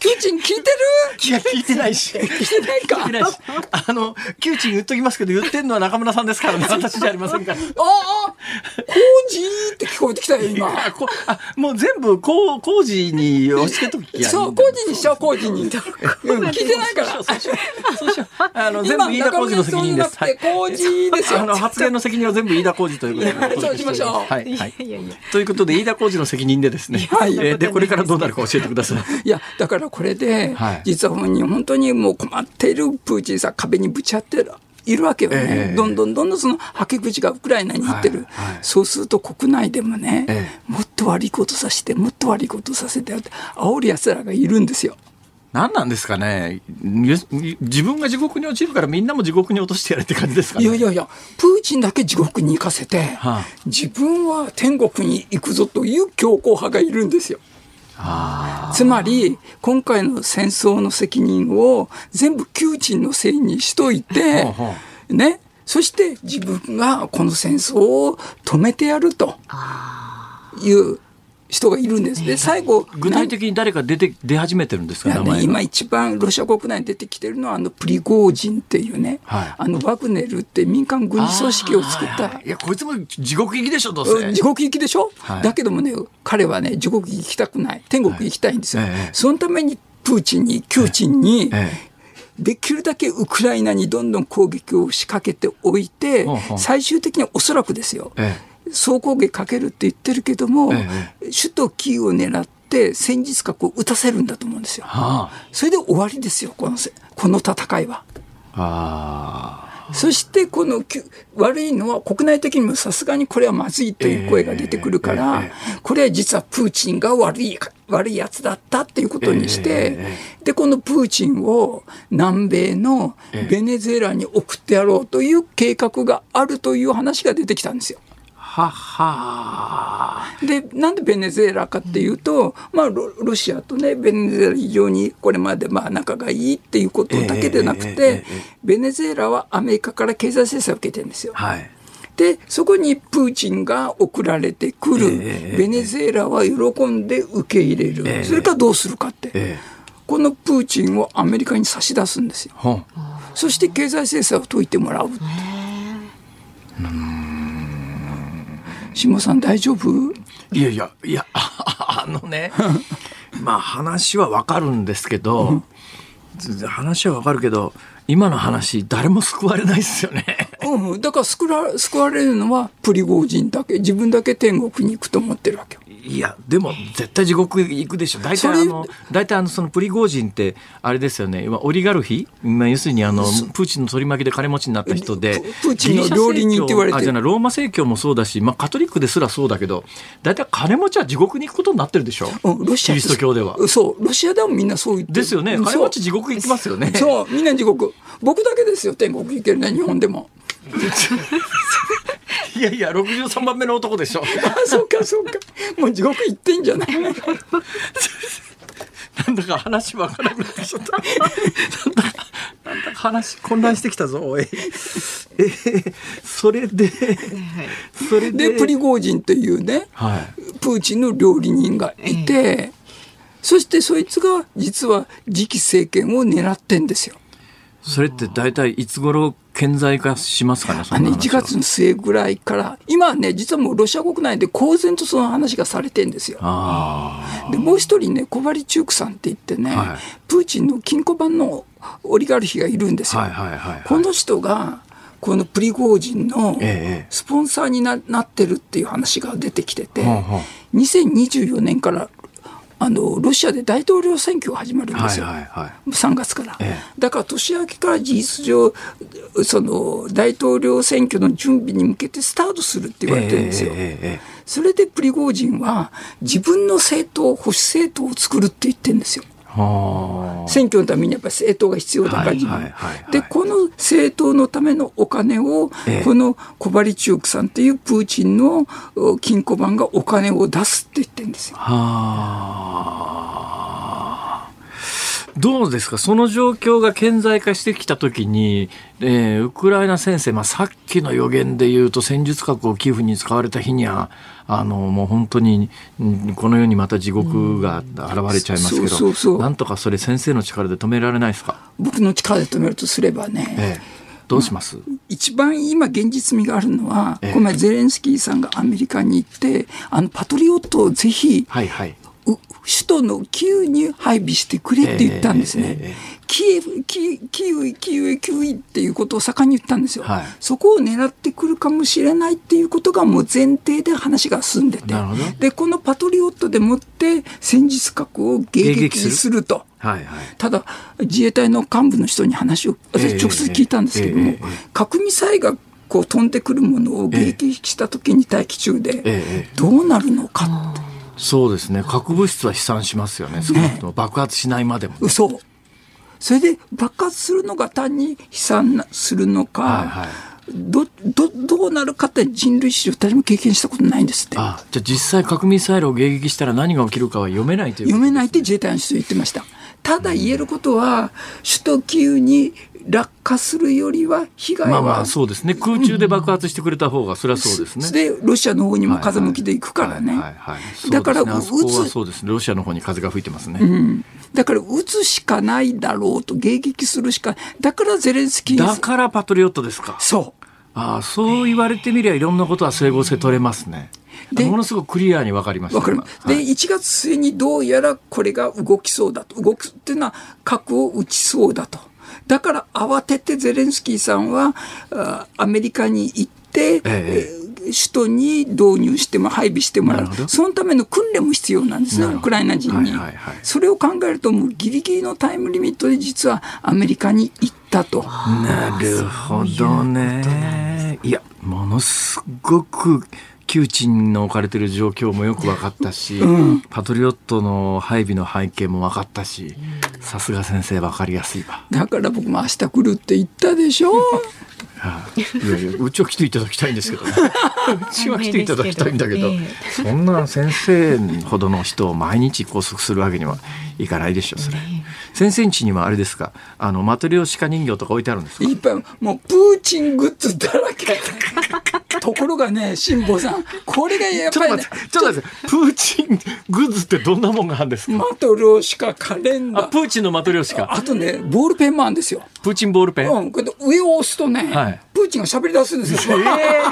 プーチン聞いてる？ いや、聞いてないし。 聞いてないか。 聞いてないし。キューチン言っときますけど、言ってんのは中村さんですからね。私じゃありませんから。 コージーって聞こえてきたよ、今。 もう全部、コージーに押し付けときゃいい。 そう、コージーにしちゃう、コージーに。聞いてないから。 そうしよう。全部飯田浩二の責任です。 コージーですよ。 発言の責任は全部飯田浩二ということで。 そうしましょう。 はい。ということで、飯田浩二の責任でですね。で、これからどうなるか教えてください。 いや、だからこれで、実は本当にもう困っているプーチンさん、壁にぶち当てる。いるわけよね。どんどんそのはけ口がウクライナに行ってる。そうすると国内でもね、もっと悪いことさせて、もっと悪いことさせて、煽る奴らがいるんですよ。 何なんですかね。自分が地獄に落ちるからみんなも地獄に落としてやれって感じですかね。 いや、プーチンだけ地獄に行かせて、自分は天国に行くぞという強硬派がいるんですよ。つまり今回の戦争の責任を全部キューチンのせいにしといて、ね、そして自分がこの戦争を止めてやるという人がいるんです。で、最後具体的に誰か出始めてるんですか、名前が。 今一番ロシア国内に出てきてるのはプリゴージンっていうね、ワグネルって民間軍事組織を作った。 いや、こいつも地獄行きでしょ、どうせ。 地獄行きでしょ、だけどもね、彼はね、地獄行きたくない、天国行きたいんですよ。そのためにプーチンに、キューチンに、できるだけウクライナにどんどん攻撃を仕掛けておいて、最終的にはおそらくですよ、総攻撃かけるって言ってるけども、首都キーウを狙って戦術核を撃たせるんだと思うんですよ。それで終わりですよ、この戦いは。そしてこの悪いのは国内的にもさすがにこれはまずいという声が出てくるから、これは実はプーチンが悪いやつだったっていうことにして、でこのプーチンを南米のベネズエラに送ってやろうという計画があるという話が出てきたんですよ。でなんでベネズエラかっていうと、ロシアとね、ベネズエラ非常にこれまで仲がいいっていうことだけでなくて、ベネズエラはアメリカから経済制裁を受けてるんですよ。でそこにプーチンが送られてくる、ベネズエラは喜んで受け入れる、それからどうするかって、このプーチンをアメリカに差し出すんですよ。そして経済制裁を解いてもらう。下さん大丈夫？ いや話はわかるんですけど、今の話誰も救われないですよね。 だから救われるのはプリゴージンだけ、自分だけ天国に行くと思ってるわけよ。 いやでも絶対地獄行くでしょ。大体そのプリゴージンってあれですよね、オリガルヒ、要するにプーチンの取り巻きで金持ちになった人で、 プーチンの料理人って言われてる。 ローマ正教もそうだし、カトリックですらそうだけど、大体金持ちは地獄に行くことになってるでしょ、キリスト教では。 そう、ロシアでもみんなそう言ってるですよね。金持ち地獄行きますよね。 そうみんな地獄。僕だけですよ天国行けるね、日本でも。 いや63番目の男でしょ。 そうかもう地獄行ってんじゃない。 なんだか話分からなくなってちゃった。なんだか話混乱してきたぞ。それでプリゴージンというね、プーチンの料理人がいて、そしてそいつが実は次期政権を狙ってんですよ。 それって大体いつ頃顕在化しますかね。1 月の末ぐらいから、今はね、実はもうロシア国内で公然とその話がされてるんですよ。でもう一人ね、コバリチュークさんって言ってね、プーチンの金庫番のオリガルヒがいるんですよ。この人がこのプリゴージンのスポンサーに なってるっていう話が出てきてて、2024年からロシアで大統領選挙が始まるんですよ、3月から、だから年明けから事実上その大統領選挙の準備に向けてスタートするって言われてるんですよ。それでプリゴージンは自分の政党、保守政党を作るって言ってるんですよ。選挙のためにやっぱり政党が必要だから、でこの政党のためのお金を、このコバリチュークさんっていうプーチンの金庫番がお金を出すって言ってるんですよ。 どうですか、その状況が顕在化してきたときに、ウクライナ戦線、さっきの予言でいうと戦術核をキエフに使われた日にはもう本当にこの世にまた地獄が現れちゃいますけど、なんとかそれ先生の力で止められないですか？ 僕の力で止めるとすればね、 どうします？ 一番今現実味があるのは、この前ゼレンスキーさんがアメリカに行ってパトリオットをぜひ、首都のキーウに配備してくれって言ったんですね。キーウっていうことを盛んに言ったんですよ、そこを狙ってくるかもしれないっていうことがもう前提で話が進んでて、でこのパトリオットでもって戦術核を迎撃すると。ただ自衛隊の幹部の人に話を私直接聞いたんですけども、核ミサイルがこう飛んでくるものを迎撃した時に大気中でどうなるのかって、 そうですね、核物質は飛散しますよね、少なくとも爆発しないまでも。 それで爆発するのが単に飛散するのか、どうなるかって人類史上誰も経験したことないんですって。 じゃあ実際核ミサイルを迎撃したら何が起きるかは読めないということですね。 読めないって自衛隊の人言ってました。ただ言えることは、首都キーウに落下するよりは被害はそうですね、空中で爆発してくれた方がそれはそうですね。 でロシアの方にも風向きでいくからね。だからあそこはそうですね、ロシアの方に風が吹いてますね、 だから撃つしかないだろうと、迎撃するしか、だからゼレンスキーだからパトリオットですか。そう言われてみりゃいろんなことは整合性取れますね。ものすごくクリアに分かりました。 で1月末にどうやらこれが動きそうだと、動くっていうのは核を撃ちそうだと。だから慌ててゼレンスキーさんはアメリカに行って、首都に導入しても配備してもらう。そのための訓練も必要なんですね、ウクライナ人に。それを考えるともうギリギリのタイムリミットで実はアメリカに行ったと。 なるほどね。いや、ものすごく窮地の置かれている状況もよく分かったし、パトリオットの配備の背景も分かったし、さすが先生分かりやすいわ。 だから僕も明日来るって言ったでしょ。 いやうちは来ていただきたいんですけどねうちは来ていただきたいんだけど、そんな先生ほどの人を毎日拘束するわけにはいかないでしょそれ。先生ん家にはあれですか、マトリョーシカ人形とか置いてあるんですか？ いっぱい、もうプーチングッズだらけところがね、辛坊さん、これがやっぱりね、 ちょっと待って、プーチングッズってどんなもんがあるんですか？ マトリョーシカカレンダー、 プーチンのマトリョーシカ、 あとねボールペンもあるんですよ。 プーチンボールペン、 これ上を押すとね、プーチンが喋り出すんですよ。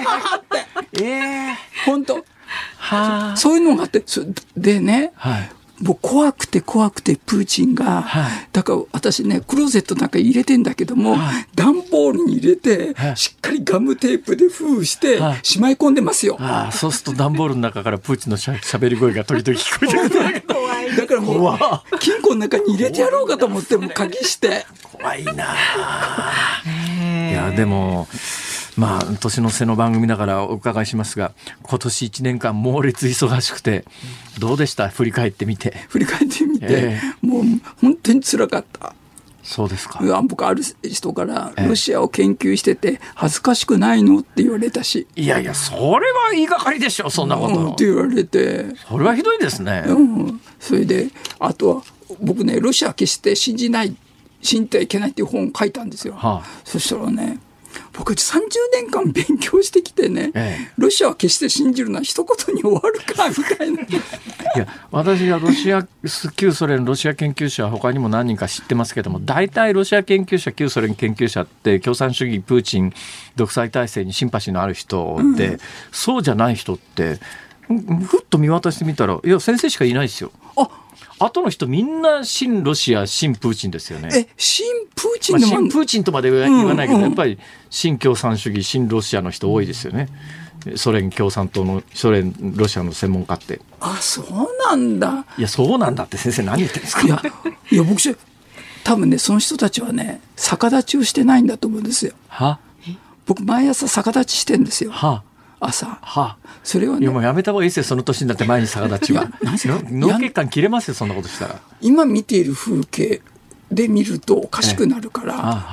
本当、そういうのがあって、でね、もう怖くてプーチンが、だから私ねクローゼットの中に入れてんだけども、段ボールに入れて、しっかりガムテープで封して、しまい込んでますよ。 そうすると段ボールの中からプーチンのしゃべり声が時々聞こえてくるだからもう金庫の中に入れてやろうかと思っても鍵して怖いな。いやでも年の瀬の番組だからお伺いしますが、今年1年間猛烈忙しくてどうでした？振り返ってみて、もう本当に辛かった。 そうですか。 僕ある人からロシアを研究してて恥ずかしくないのって言われたし、 いやそれは言いがかりでしょ、そんなこと、 って言われて、 それはひどいですね。 それであとは僕ね、ロシア決して信じてはいけないっていう本を書いたんですよ。そしたらね、僕30年間勉強してきてね、ロシアは決して信じるのは一言に終わるかみたいな。いや私が旧ソ連ロシア研究者は他にも何人か知ってますけども、大体ロシア研究者、旧ソ連研究者って共産主義、プーチン独裁体制にシンパシーのある人で、そうじゃない人ってふっと見渡してみたら、いや先生しかいないですよ。後の人みんな親ロシア親プーチンですよね。 親プーチンでも、 親プーチンとまで言わないけど、やっぱり親共産主義親ロシアの人多いですよね。ソ連共産党のロシアの専門家って。 そうなんだ。 いやそうなんだって先生何言ってるんですか？ いや僕多分ね、その人たちはね逆立ちをしてないんだと思うんですよ。僕毎朝逆立ちしてんですよ。朝。それはね、 もうやめた方がいいですよ、その年になって前に逆立ちは。脳血管切れますよ、そんなことしたら。 今見ている風景で見るとおかしくなるから、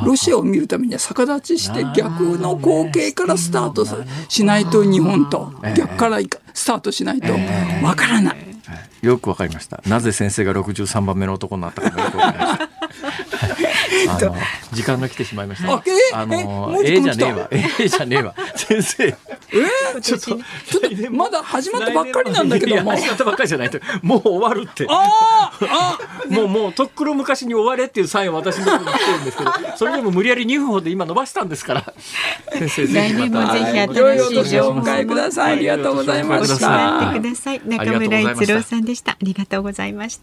ロシアを見るためには逆立ちして逆の光景からスタートしないと、日本と逆からスタートしないとわからない。 よくわかりました。なぜ先生が63番目の男になったかもよくわかりました。 時間が来てしまいました。 もうじじゃねえわ先生。 ちょっとまだ始まったばっかりなんだけども。 始まったばっかりじゃないともう終わるって。もうとっくの昔に終われっていうサインを私のところに来てるんですけど、それでも無理やり2分ほど今伸ばしたんですから。先生来年もぜひ新しい情報をください。ありがとうございました。 教えてください。中村逸郎さんでした。ありがとうございました。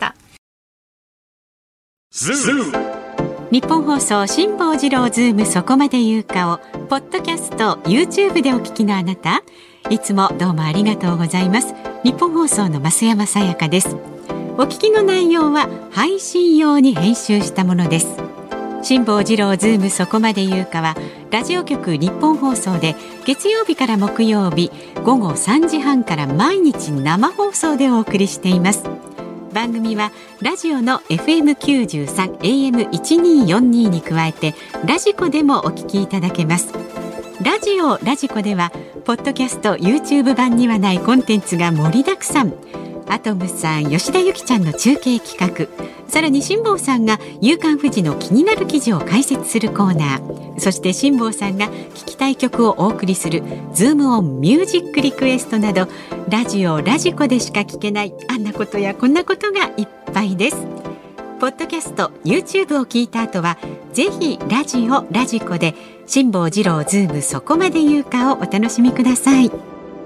日本放送辛坊治郎ズームそこまで言うかをポッドキャスト YouTube でお聞きのあなた、いつもどうもありがとうございます。日本放送の増山さやかです。お聞きの内容は配信用に編集したものです。辛坊治郎ズームそこまで言うかはラジオ局日本放送で月曜日から木曜日午後3時半から毎日生放送でお送りしています。番組はラジオの FM93 AM1242 に加えてラジコでもお聞きいただけます。ラジコではポッドキャスト YouTube 版にはないコンテンツが盛りだくさん。アトムさん、吉田ゆきちゃんの中継企画、さらに辛坊さんが夕刊フジの気になる記事を解説するコーナー、そして辛坊さんが聞きたい曲をお送りするズームオンミュージックリクエストなど、ラジコでしか聞けないあんなことやこんなことがいっぱいです。ポッドキャスト YouTube を聞いた後はぜひラジコで辛坊治郎ズームそこまで言うかをお楽しみください。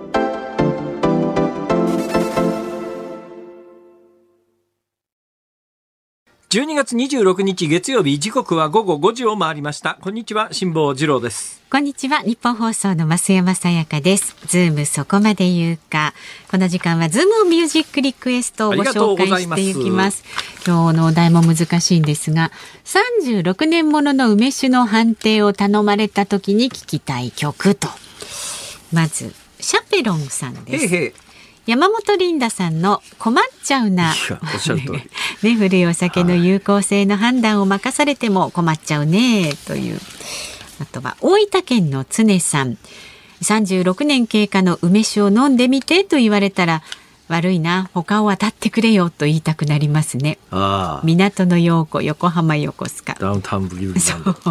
12月26日月曜日、時刻は午後5時を回りました。こんにちは、辛坊治郎です。 こんにちは、日本放送の増山さやかです。ズームそこまで言うか。この時間はズームミュージックリクエストをご紹介していきます。今日のお題も難しいんですが、36年ものの梅酒の判定を頼まれた時に聞きたい曲と。まずシャペロンさんです。山本リンダさんの困っちゃうな。 おっしゃる通り。 ね、古いお酒の有効性の判断を任されても困っちゃうねという。あとは大分県の常さん、36年経過の梅酒を飲んでみてと言われたら、悪いな、他を当たってくれよと言いたくなりますね。港の陽子、横浜横須賀、 ダウンタウンブギウギバンド。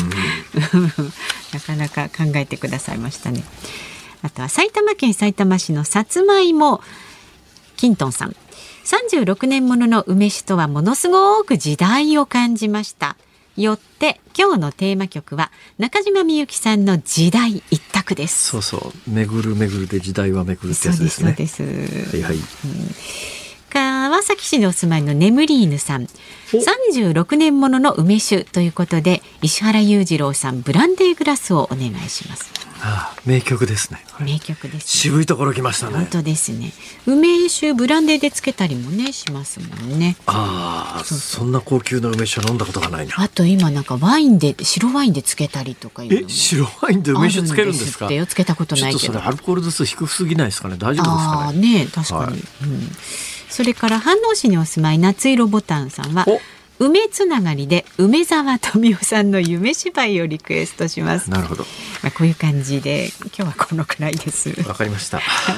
なかなか考えてくださいましたね。あとは埼玉県さいたま市のさつまいもキントンさん、36年ものの梅酒とはものすごく時代を感じました。よって今日のテーマ曲は中島みゆきさんの時代一択です。 そうそう、巡る巡るで時代は巡るってやつですね。 そうです、 はいはい。 川崎市にお住まいのネムリーヌさん、36年ものの梅酒ということで石原裕次郎さんブランデーグラスをお願いします。 名曲ですね。 名曲です、ね。 渋いところ来ましたね。 本当ですね。梅酒ブランデーでつけたりもねしますもんね。 そんな高級な梅酒飲んだことがないな。 あと今なんかワインで白ワインでつけたりとかいうのも。 白ワインで梅酒つけるんですか。 つけたことないけど。 ちょっとそれアルコール度数低すぎないですかね。大丈夫ですかね。 ね、確かに、それから飯能市にお住まい夏色ボタンさんは梅つながりで梅沢富美男さんの夢芝居をリクエストします。 なるほど。 こういう感じで今日はこのくらいです。 わかりました。 はい、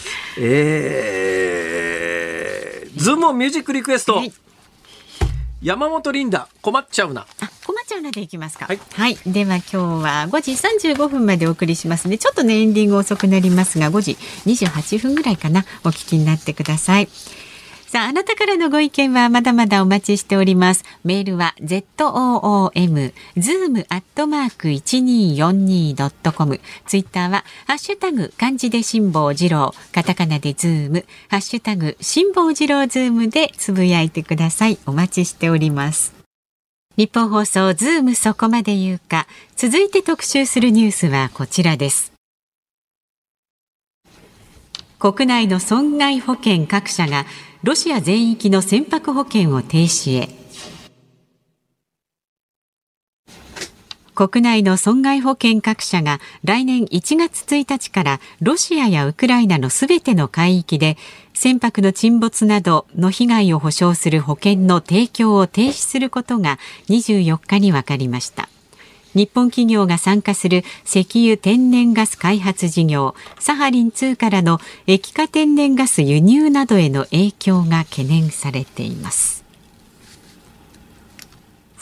ズームミュージックリクエスト、 はい、 山本リンダ困っちゃうな。 困っちゃうなでいきますか。 はい、 はい、では今日は5時35分までお送りしますね。ちょっとねエンディング遅くなりますが5時28分ぐらいかな、お聞きになってください。さあ、あなたからのご意見はまだまだお待ちしております。メールは zoom@1242.com、 ツイッターはハッシュタグ漢字で辛坊治郎、カタカナでズーム、ハッシュタグ辛坊治郎ズームでつぶやいてください。お待ちしております。日本放送ズームそこまで言うか。続いて特集するニュースはこちらです。国内の損害保険各社がロシア全域の船舶保険を停止へ。国内の損害保険各社が来年1月1日からロシアやウクライナのすべての海域で船舶の沈没などの被害を補償する保険の提供を停止することが24日に分かりました。日本企業が参加する石油天然ガス開発事業サハリン2からの液化天然ガス輸入などへの影響が懸念されています。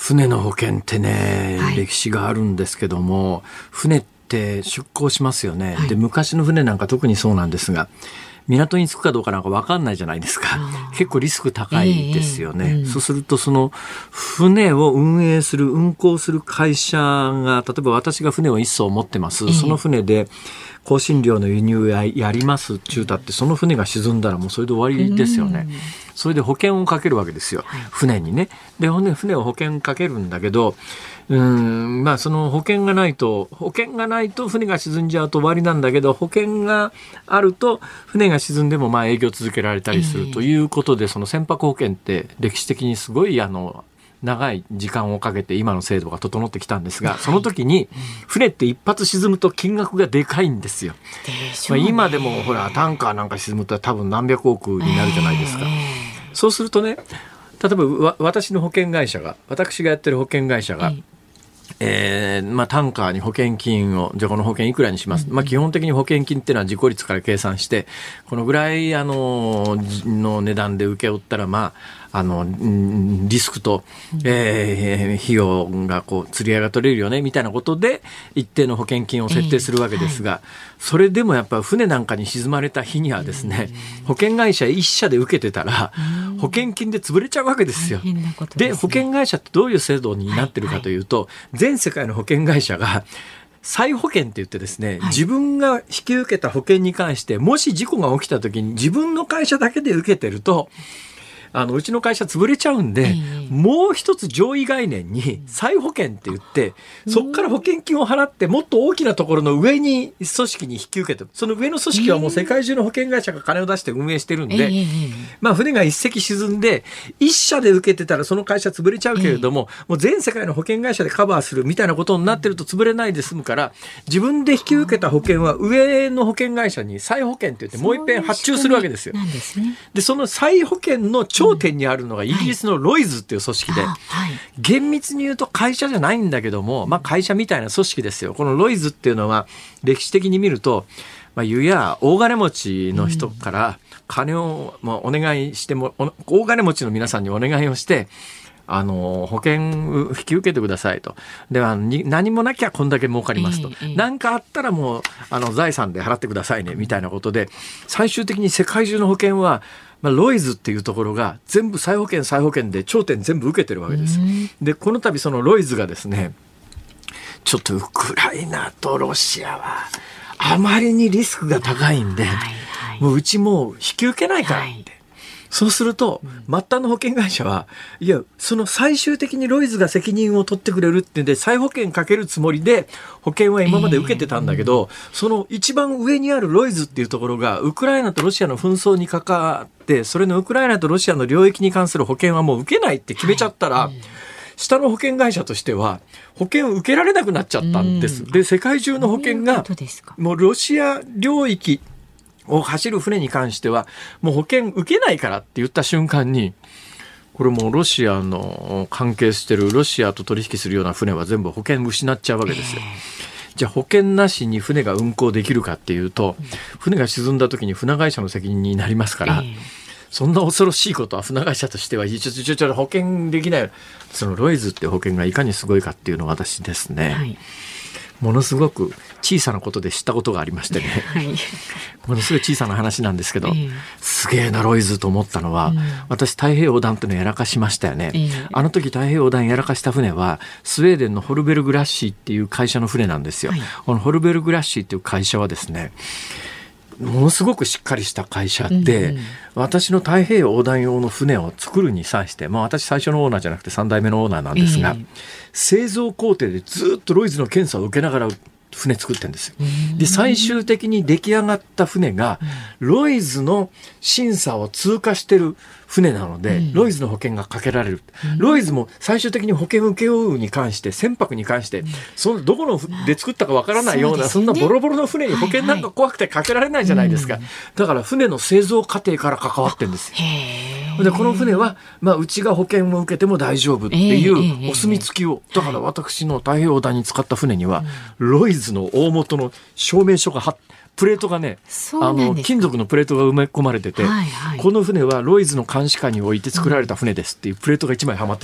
船の保険ってね、歴史があるんですけども、船って出港しますよね。で、昔の船なんか特にそうなんですが、港に着くかどうかなんか分かんないじゃないですか。結構リスク高いですよね。そうするとその船を運営する運航する会社が、例えば私が船を一艘持ってます。その船で香辛料の輸入やりますって言うたって、その船が沈んだらもうそれで終わりですよね。それで保険をかけるわけですよ、船にね。で、船を保険かけるんだけど、その保険がないと船が沈んじゃうと終わりなんだけど、保険があると船が沈んでも営業続けられたりするということで、その船舶保険って歴史的にすごい長い時間をかけて今の制度が整ってきたんですが、その時に船って一発沈むと金額がでかいんですよ。今でもほらタンカーなんか沈むと多分何百億になるじゃないですか。そうするとね、例えば私がやってる保険会社が、タンカーに保険金を、じゃあこの保険いくらにします。基本的に保険金っていうのは自己率から計算して、このぐらいの値段で請け負ったら、リスクと、費用が釣り合いが取れるよねみたいなことで一定の保険金を設定するわけですが、それでもやっぱり船なんかに沈まれた日にはですね、保険会社一社で受けてたら保険金で潰れちゃうわけですよ。で、保険会社ってどういう制度になってるかというと、全世界の保険会社が再保険って言ってですね、自分が引き受けた保険に関してもし事故が起きた時に自分の会社だけで受けてると、うちの会社潰れちゃうんで、もう一つ上位概念に再保険って言って、そこから保険金を払ってもっと大きなところの上に組織に引き受けて、その上の組織はもう世界中の保険会社が金を出して運営してるんで、船が一隻沈んで一社で受けてたらその会社潰れちゃうけれども、もう全世界の保険会社でカバーするみたいなことになってると潰れないで済むから、自分で引き受けた保険は上の保険会社に再保険って言ってもう一遍発注するわけですよ。で、その再保険の頂点にあるのがイギリスのロイズっていう組織で、厳密に言うと会社じゃないんだけども、会社みたいな組織ですよ。このロイズっていうのは歴史的に見ると、大金持ちの人から金をお願いしても、大金持ちの皆さんにお願いをして、保険引き受けてくださいと。では何もなきゃこんだけ儲かりますと。何かあったらもう財産で払ってくださいねみたいなことで、最終的に世界中の保険はロイズっていうところが全部再保険で頂点全部受けてるわけです。で、この度そのロイズがですね、ちょっとウクライナとロシアはあまりにリスクが高いんで、もううちもう引き受けないからって。そうすると、末端の保険会社は、いや、その最終的にロイズが責任を取ってくれるってんで、再保険かけるつもりで、保険は今まで受けてたんだけど、その一番上にあるロイズっていうところが、ウクライナとロシアの紛争に関わって、それのウクライナとロシアの領域に関する保険はもう受けないって決めちゃったら、下の保険会社としては、保険を受けられなくなっちゃったんです。で、世界中の保険が、もうロシア領域、を走る船に関してはもう保険受けないからって言った瞬間に、これもうロシアの関係してるロシアと取引するような船は全部保険失っちゃうわけですよ。じゃあ保険なしに船が運航できるかっていうと、船が沈んだ時に船会社の責任になりますから、そんな恐ろしいことは船会社としてはちょ保険できない。そのロイズって保険がいかにすごいかっていうのが私ですね、ものすごく小さなことで知ったことがありましてね、ものすごい小さな話なんですけど、すげえなロイズと思ったのは、私太平洋横断っていうのをやらかしましたよね、あの時太平洋横断やらかした船はスウェーデンのホルベルグラッシーっていう会社の船なんですよ、このホルベルグラッシーっていう会社はですね、ものすごくしっかりした会社で、私の太平洋横断用の船を作るに際して、私最初のオーナーじゃなくて3代目のオーナーなんですが、製造工程でずっとロイズの検査を受けながら船作ってるんですよ。で、最終的に出来上がった船がロイズの審査を通過してる船なので、ロイズの保険がかけられる。ロイズも最終的に保険を請け負うに関して、船舶に関して、そのどこので作ったかわからないような、そんなボロボロの船に保険なんか怖くてかけられないじゃないですか。だから船の製造過程から関わってるんですよ。で、この船は、うちが保険を受けても大丈夫っていうお墨付きを、だから私の太平洋横断に使った船には、ロイズの大元の証明書がプレートがね、金属のプレートが埋め込まれてて、この船はロイズの監視下に置いて作られた船ですっていうプレートが1枚はまってました。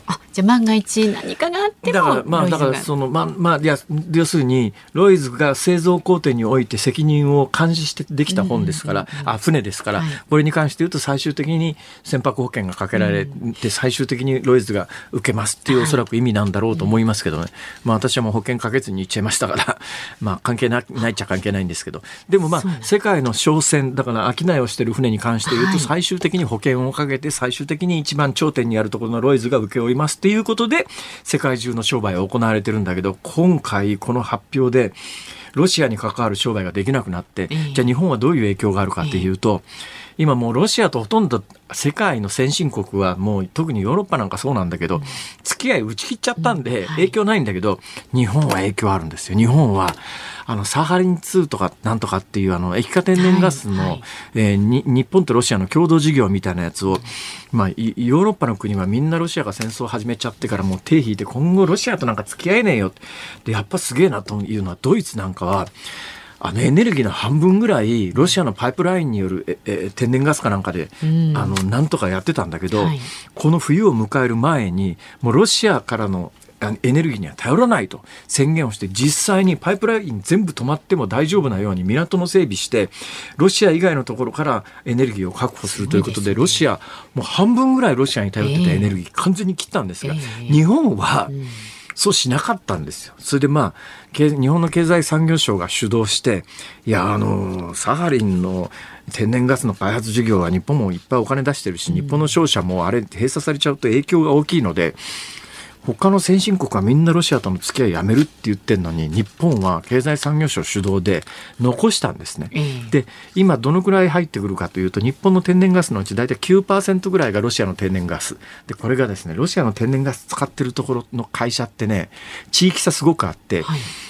じゃあ万が一何かがあってもだから要するにロイズが製造工程において責任を監視してできた本ですから、船ですから、これに関して言うと最終的に船舶保険がかけられて、最終的にロイズが受けますっていうおそらく意味なんだろうと思いますけどね、私はもう保険かけずに言っちゃいましたから関係ないっちゃ関係ないんですけど、でも世界の商船だから商いをしている船に関して言うと、最終的に保険をかけて最終的に一番頂点にあるところのロイズが請け負いますということで世界中の商売は行われてるんだけど、今回この発表でロシアに関わる商売ができなくなって、じゃあ日本はどういう影響があるかというと、今もうロシアとほとんど世界の先進国はもう特にヨーロッパなんかそうなんだけど、付き合い打ち切っちゃったんで影響ないんだけど、日本は影響あるんですよ。日本はサハリン2とかなんとかっていう液化天然ガスの、日本とロシアの共同事業みたいなやつを、ヨーロッパの国はみんなロシアが戦争を始めちゃってからもう手引いて、今後ロシアとなんか付き合えねえよで、やっぱすげえなというのはドイツなんかはエネルギーの半分ぐらいロシアのパイプラインによる天然ガスかなんかでなんとかやってたんだけど、この冬を迎える前にもうロシアからのエネルギーには頼らないと宣言をして、実際にパイプライン全部止まっても大丈夫なように港の整備して、ロシア以外のところからエネルギーを確保するということで、ロシアもう半分ぐらいロシアに頼ってたエネルギー完全に切ったんですが、日本はそうしなかったんですよ。それで日本の経済産業省が主導して、サハリンの天然ガスの開発事業は日本もいっぱいお金出してるし、日本の商社もあれ閉鎖されちゃうと影響が大きいので、他の先進国はみんなロシアとの付き合いやめるって言ってるのに、日本は経済産業省主導で残したんですね。で、今どのくらい入ってくるかというと、日本の天然ガスのうち大体 9% ぐらいがロシアの天然ガスで、これがですね、ロシアの天然ガス使ってるところの会社ってね、地域差すごくあって、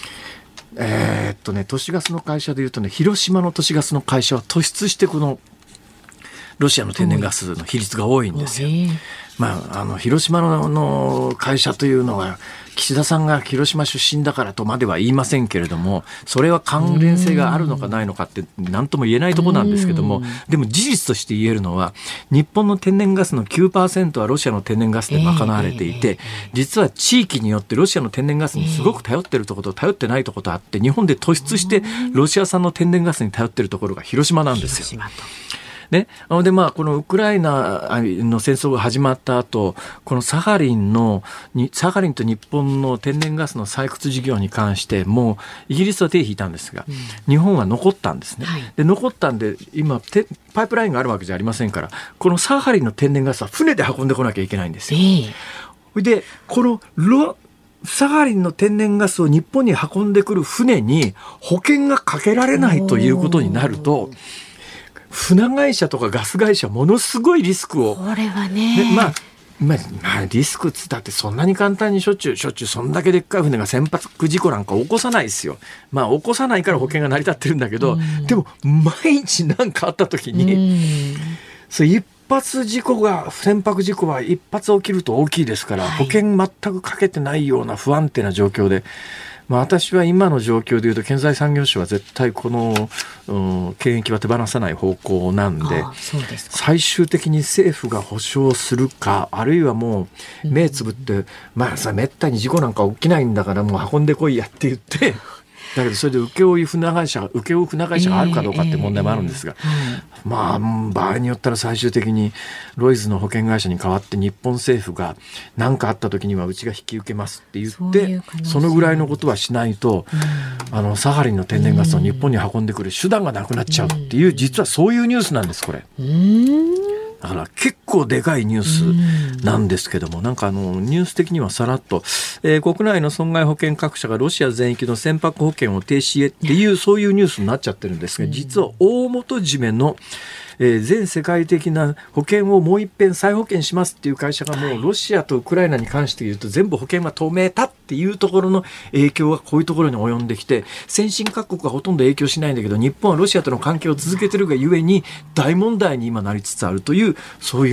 都市ガスの会社でいうとね、広島の都市ガスの会社は突出してこのロシアの天然ガスの比率が多いんですよ。広島の会社というのは岸田さんが広島出身だからとまでは言いませんけれども、それは関連性があるのかないのかって何とも言えないところなんですけども、でも事実として言えるのは、日本の天然ガスの 9% はロシアの天然ガスで賄われていて、実は地域によってロシアの天然ガスにすごく頼ってるところと頼ってないところとあって、日本で突出してロシア産の天然ガスに頼ってるところが広島なんですよ。でこのウクライナの戦争が始まった後、このサハリンと日本の天然ガスの採掘事業に関してもうイギリスは手を引いたんですが、日本は残ったんですね。で残ったんで今パイプラインがあるわけじゃありませんから、このサハリンの天然ガスは船で運んでこなきゃいけないんですよ。でこのサハリンの天然ガスを日本に運んでくる船に保険がかけられないということになると、船会社とかガス会社ものすごいリスクを、 これはね、 リスクだってそんなに簡単にしょっちゅうそんだけでっかい船が船舶事故なんか起こさないですよ。起こさないから保険が成り立ってるんだけど、でも毎日何かあった時に、一発事故が船舶事故は一発起きると大きいですから、保険全くかけてないような不安定な状況で、私は今の状況でいうと経済産業省は絶対この権益は手放さない方向なんで、最終的に政府が保証するか、あるいはもう目つぶって、めったに事故なんか起きないんだからもう運んでこいやって言ってだけどそれで請負船会社があるかどうかって問題もあるんですが、場合によったら最終的にロイズの保険会社に代わって日本政府が何かあった時にはうちが引き受けますって言って、そのぐらいのことはしないと、サハリンの天然ガスを日本に運んでくる手段がなくなっちゃうっていう、実はそういうニュースなんです、これ。だから結構でかいニュースなんですけども、ニュース的にはさらっと、国内の損害保険各社がロシア全域の船舶保険を停止へっていうそういうニュースになっちゃってるんですが、実は大元締めの全世界的な保険をもう一遍再保険しますっていう会社がもうロシアとウクライナに関して言うと全部保険は止めたっていうところの影響がこういうところに及んできて、先進各国はほとんど影響しないんだけど、日本はロシアとの関係を続けてるがゆえに大問題に今なりつつあるという、そういうニュース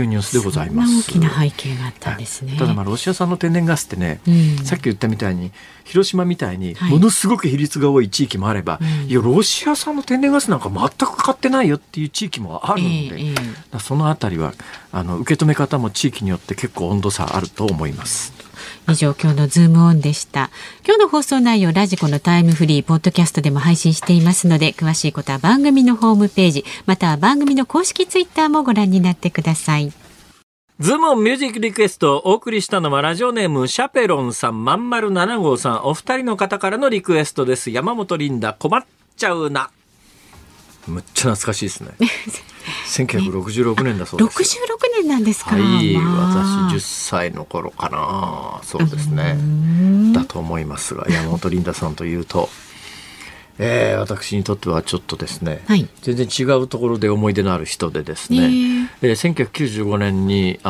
ニュースでございます。 大きな背景があったんですね。 ただロシア産の天然ガスってね、さっき言ったみたいに広島みたいにものすごく比率が多い地域もあれば、いやロシア産の天然ガスなんか全く買ってないよっていう地域もあるんで、そのあたりは受け止め方も地域によって結構温度差あると思います。 以上、今日のズームオンでした。今日の放送内容、ラジコのタイムフリーポッドキャストでも配信していますので、詳しいことは番組のホームページ、または番組の公式ツイッターもご覧になってください。 ズームオンミュージックリクエストをお送りしたのはラジオネームシャペロンさん、まんまる7号さん、お二人の方からのリクエストです。山本リンダ、困っちゃうな。むっちゃ懐かしいですね。1966年だそうです。 66年なんですか。 はい、私10歳の頃かな。そうですね。だと思いますが、山本リンダさんというと、私にとってはちょっとですね、全然違うところで思い出のある人でですね、1995年に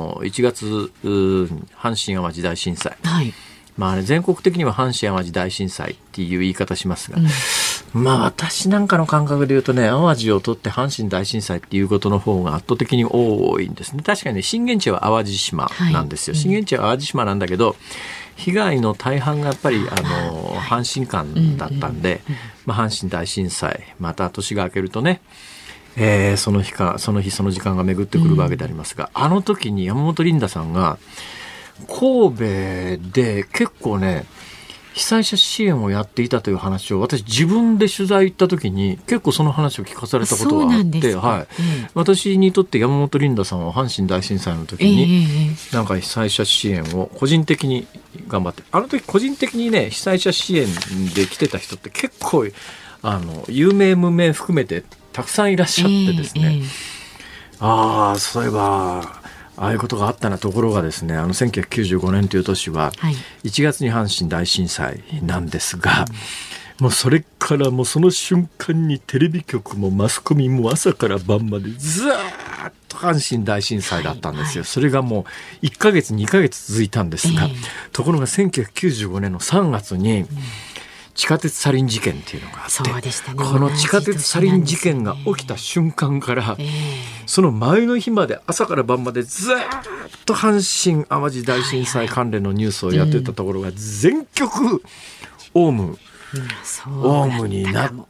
1月阪神・淡路大震災、全国的には阪神・淡路大震災っていう言い方しますが、私なんかの感覚で言うとね、淡路を取って阪神大震災っていうことの方が圧倒的に多いんですね。確かにね、震源地は淡路島なんですよ。震源地は淡路島なんだけど、被害の大半がやっぱり阪神間だったんで、阪神大震災、また年が明けるとね、その日その時間が巡ってくるわけでありますが、あの時に山本リンダさんが神戸で結構ね、被災者支援をやっていたという話を私自分で取材行った時に結構その話を聞かされたことがあって、私にとって山本リンダさんは阪神大震災の時になんか被災者支援を個人的に頑張って、あの時個人的にね被災者支援で来てた人って結構有名無名含めてたくさんいらっしゃってですね、そういえばああいうことがあったな。ところがですね、1995年という年は1月に阪神大震災なんですが、もうそれからもうその瞬間にテレビ局もマスコミも朝から晩までずーっと阪神大震災だったんですよ。それがもう1ヶ月2ヶ月続いたんですが、ところが1995年の3月に地下鉄サリン事件っていうのがあって、この地下鉄サリン事件が起きた瞬間から、その前の日まで朝から晩までずっと阪神淡路大震災関連のニュースをやってたところが全局オウムになって、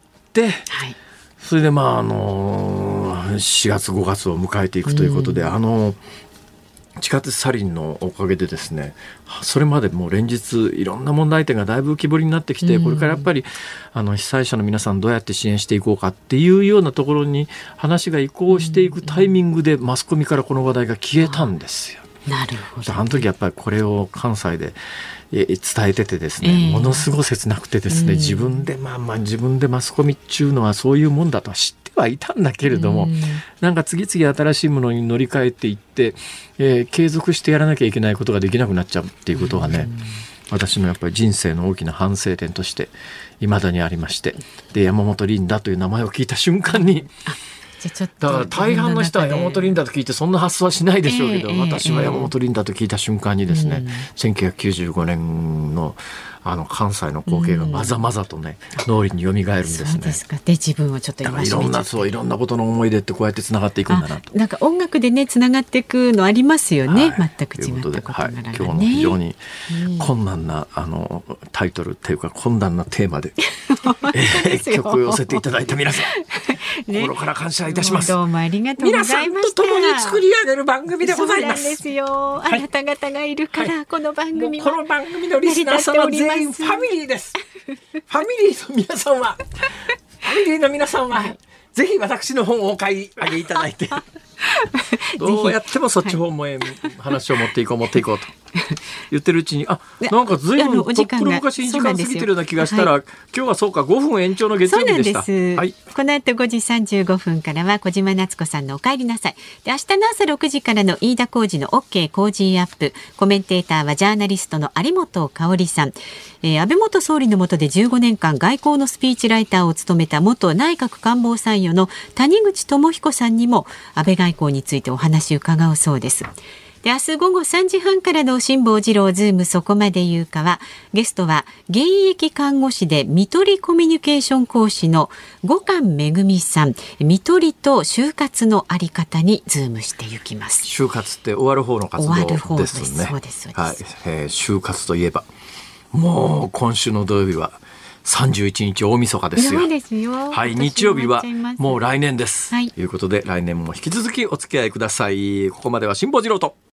それで4月5月を迎えていくということで、地下鉄サリンのおかげでですね、それまでもう連日いろんな問題点がだいぶ浮き彫りになってきて、これからやっぱり被災者の皆さんどうやって支援していこうかっていうようなところに話が移行していくタイミングでマスコミからこの話題が消えたんですよ。 なるほど。 あの時やっぱりこれを関西で伝えててですね、ものすごい切なくてですね、自分でマスコミっていうのはそういうもんだとは知ってはいたんだけれども、なんか次々新しいものに乗り換えていって、継続してやらなきゃいけないことができなくなっちゃうっていうことがね、私のやっぱり人生の大きな反省点として未だにありまして、で山本リンダという名前を聞いた瞬間に、だから大半の人は山本リンダと聞いてそんな発想はしないでしょうけど、私は山本リンダと聞いた瞬間にですね、1995年の関西の光景がまざまざとね、脳裏に蘇るんですね。 そうですか。で自分をちょっと今いろんなことの思い出ってこうやってつながっていくんだなと。 なんか音楽でねつながっていくのありますよね、全く違ったことながらね。 今日の非常に困難なタイトルっていうか困難なテーマで曲を寄せていただいた皆さん心から感謝いたします。 どうもありがとうございました。 皆さんと共に作り上げる番組でございます。 そうなんですよ。あなた方がいるから、この番組はこの番組のリスナーさんは全員ファミリーです。ファミリーの皆さんはぜひ私の本をお買い上げいただいてどうやってもそっち方も話を持っていこうと言ってるうちになんか随分とっくの昔に時間過ぎてるような気がしたら、今日はそうか5分延長の月曜日でした。 そうなんです、この後5時35分からは小島夏子さんのお帰りなさいで、明日の朝6時からの飯田浩司の OK 工事アップ、コメンテーターはジャーナリストの有本香里さん、安倍元総理の下で15年間外交のスピーチライターを務めた元内閣官房参与の谷口智彦さんにも安倍外交についてお話を伺うそうです。 で、明日午後3時半からの辛坊治郎ズームそこまで言うかは、ゲストは現役看護師で看取りコミュニケーション講師の五感めぐみさん、看取りと就活のあり方にズームしていきます。 就活って終わる方の活動ですね。 終わる方です。そうです、そうです。 はい、就活といえばもう今週の土曜日は31日大晦日ですよ。 そうですよ。 はい、日曜日はもう来年です。 はい、 ということで来年も引き続きお付き合いください。ここまでは辛坊治郎と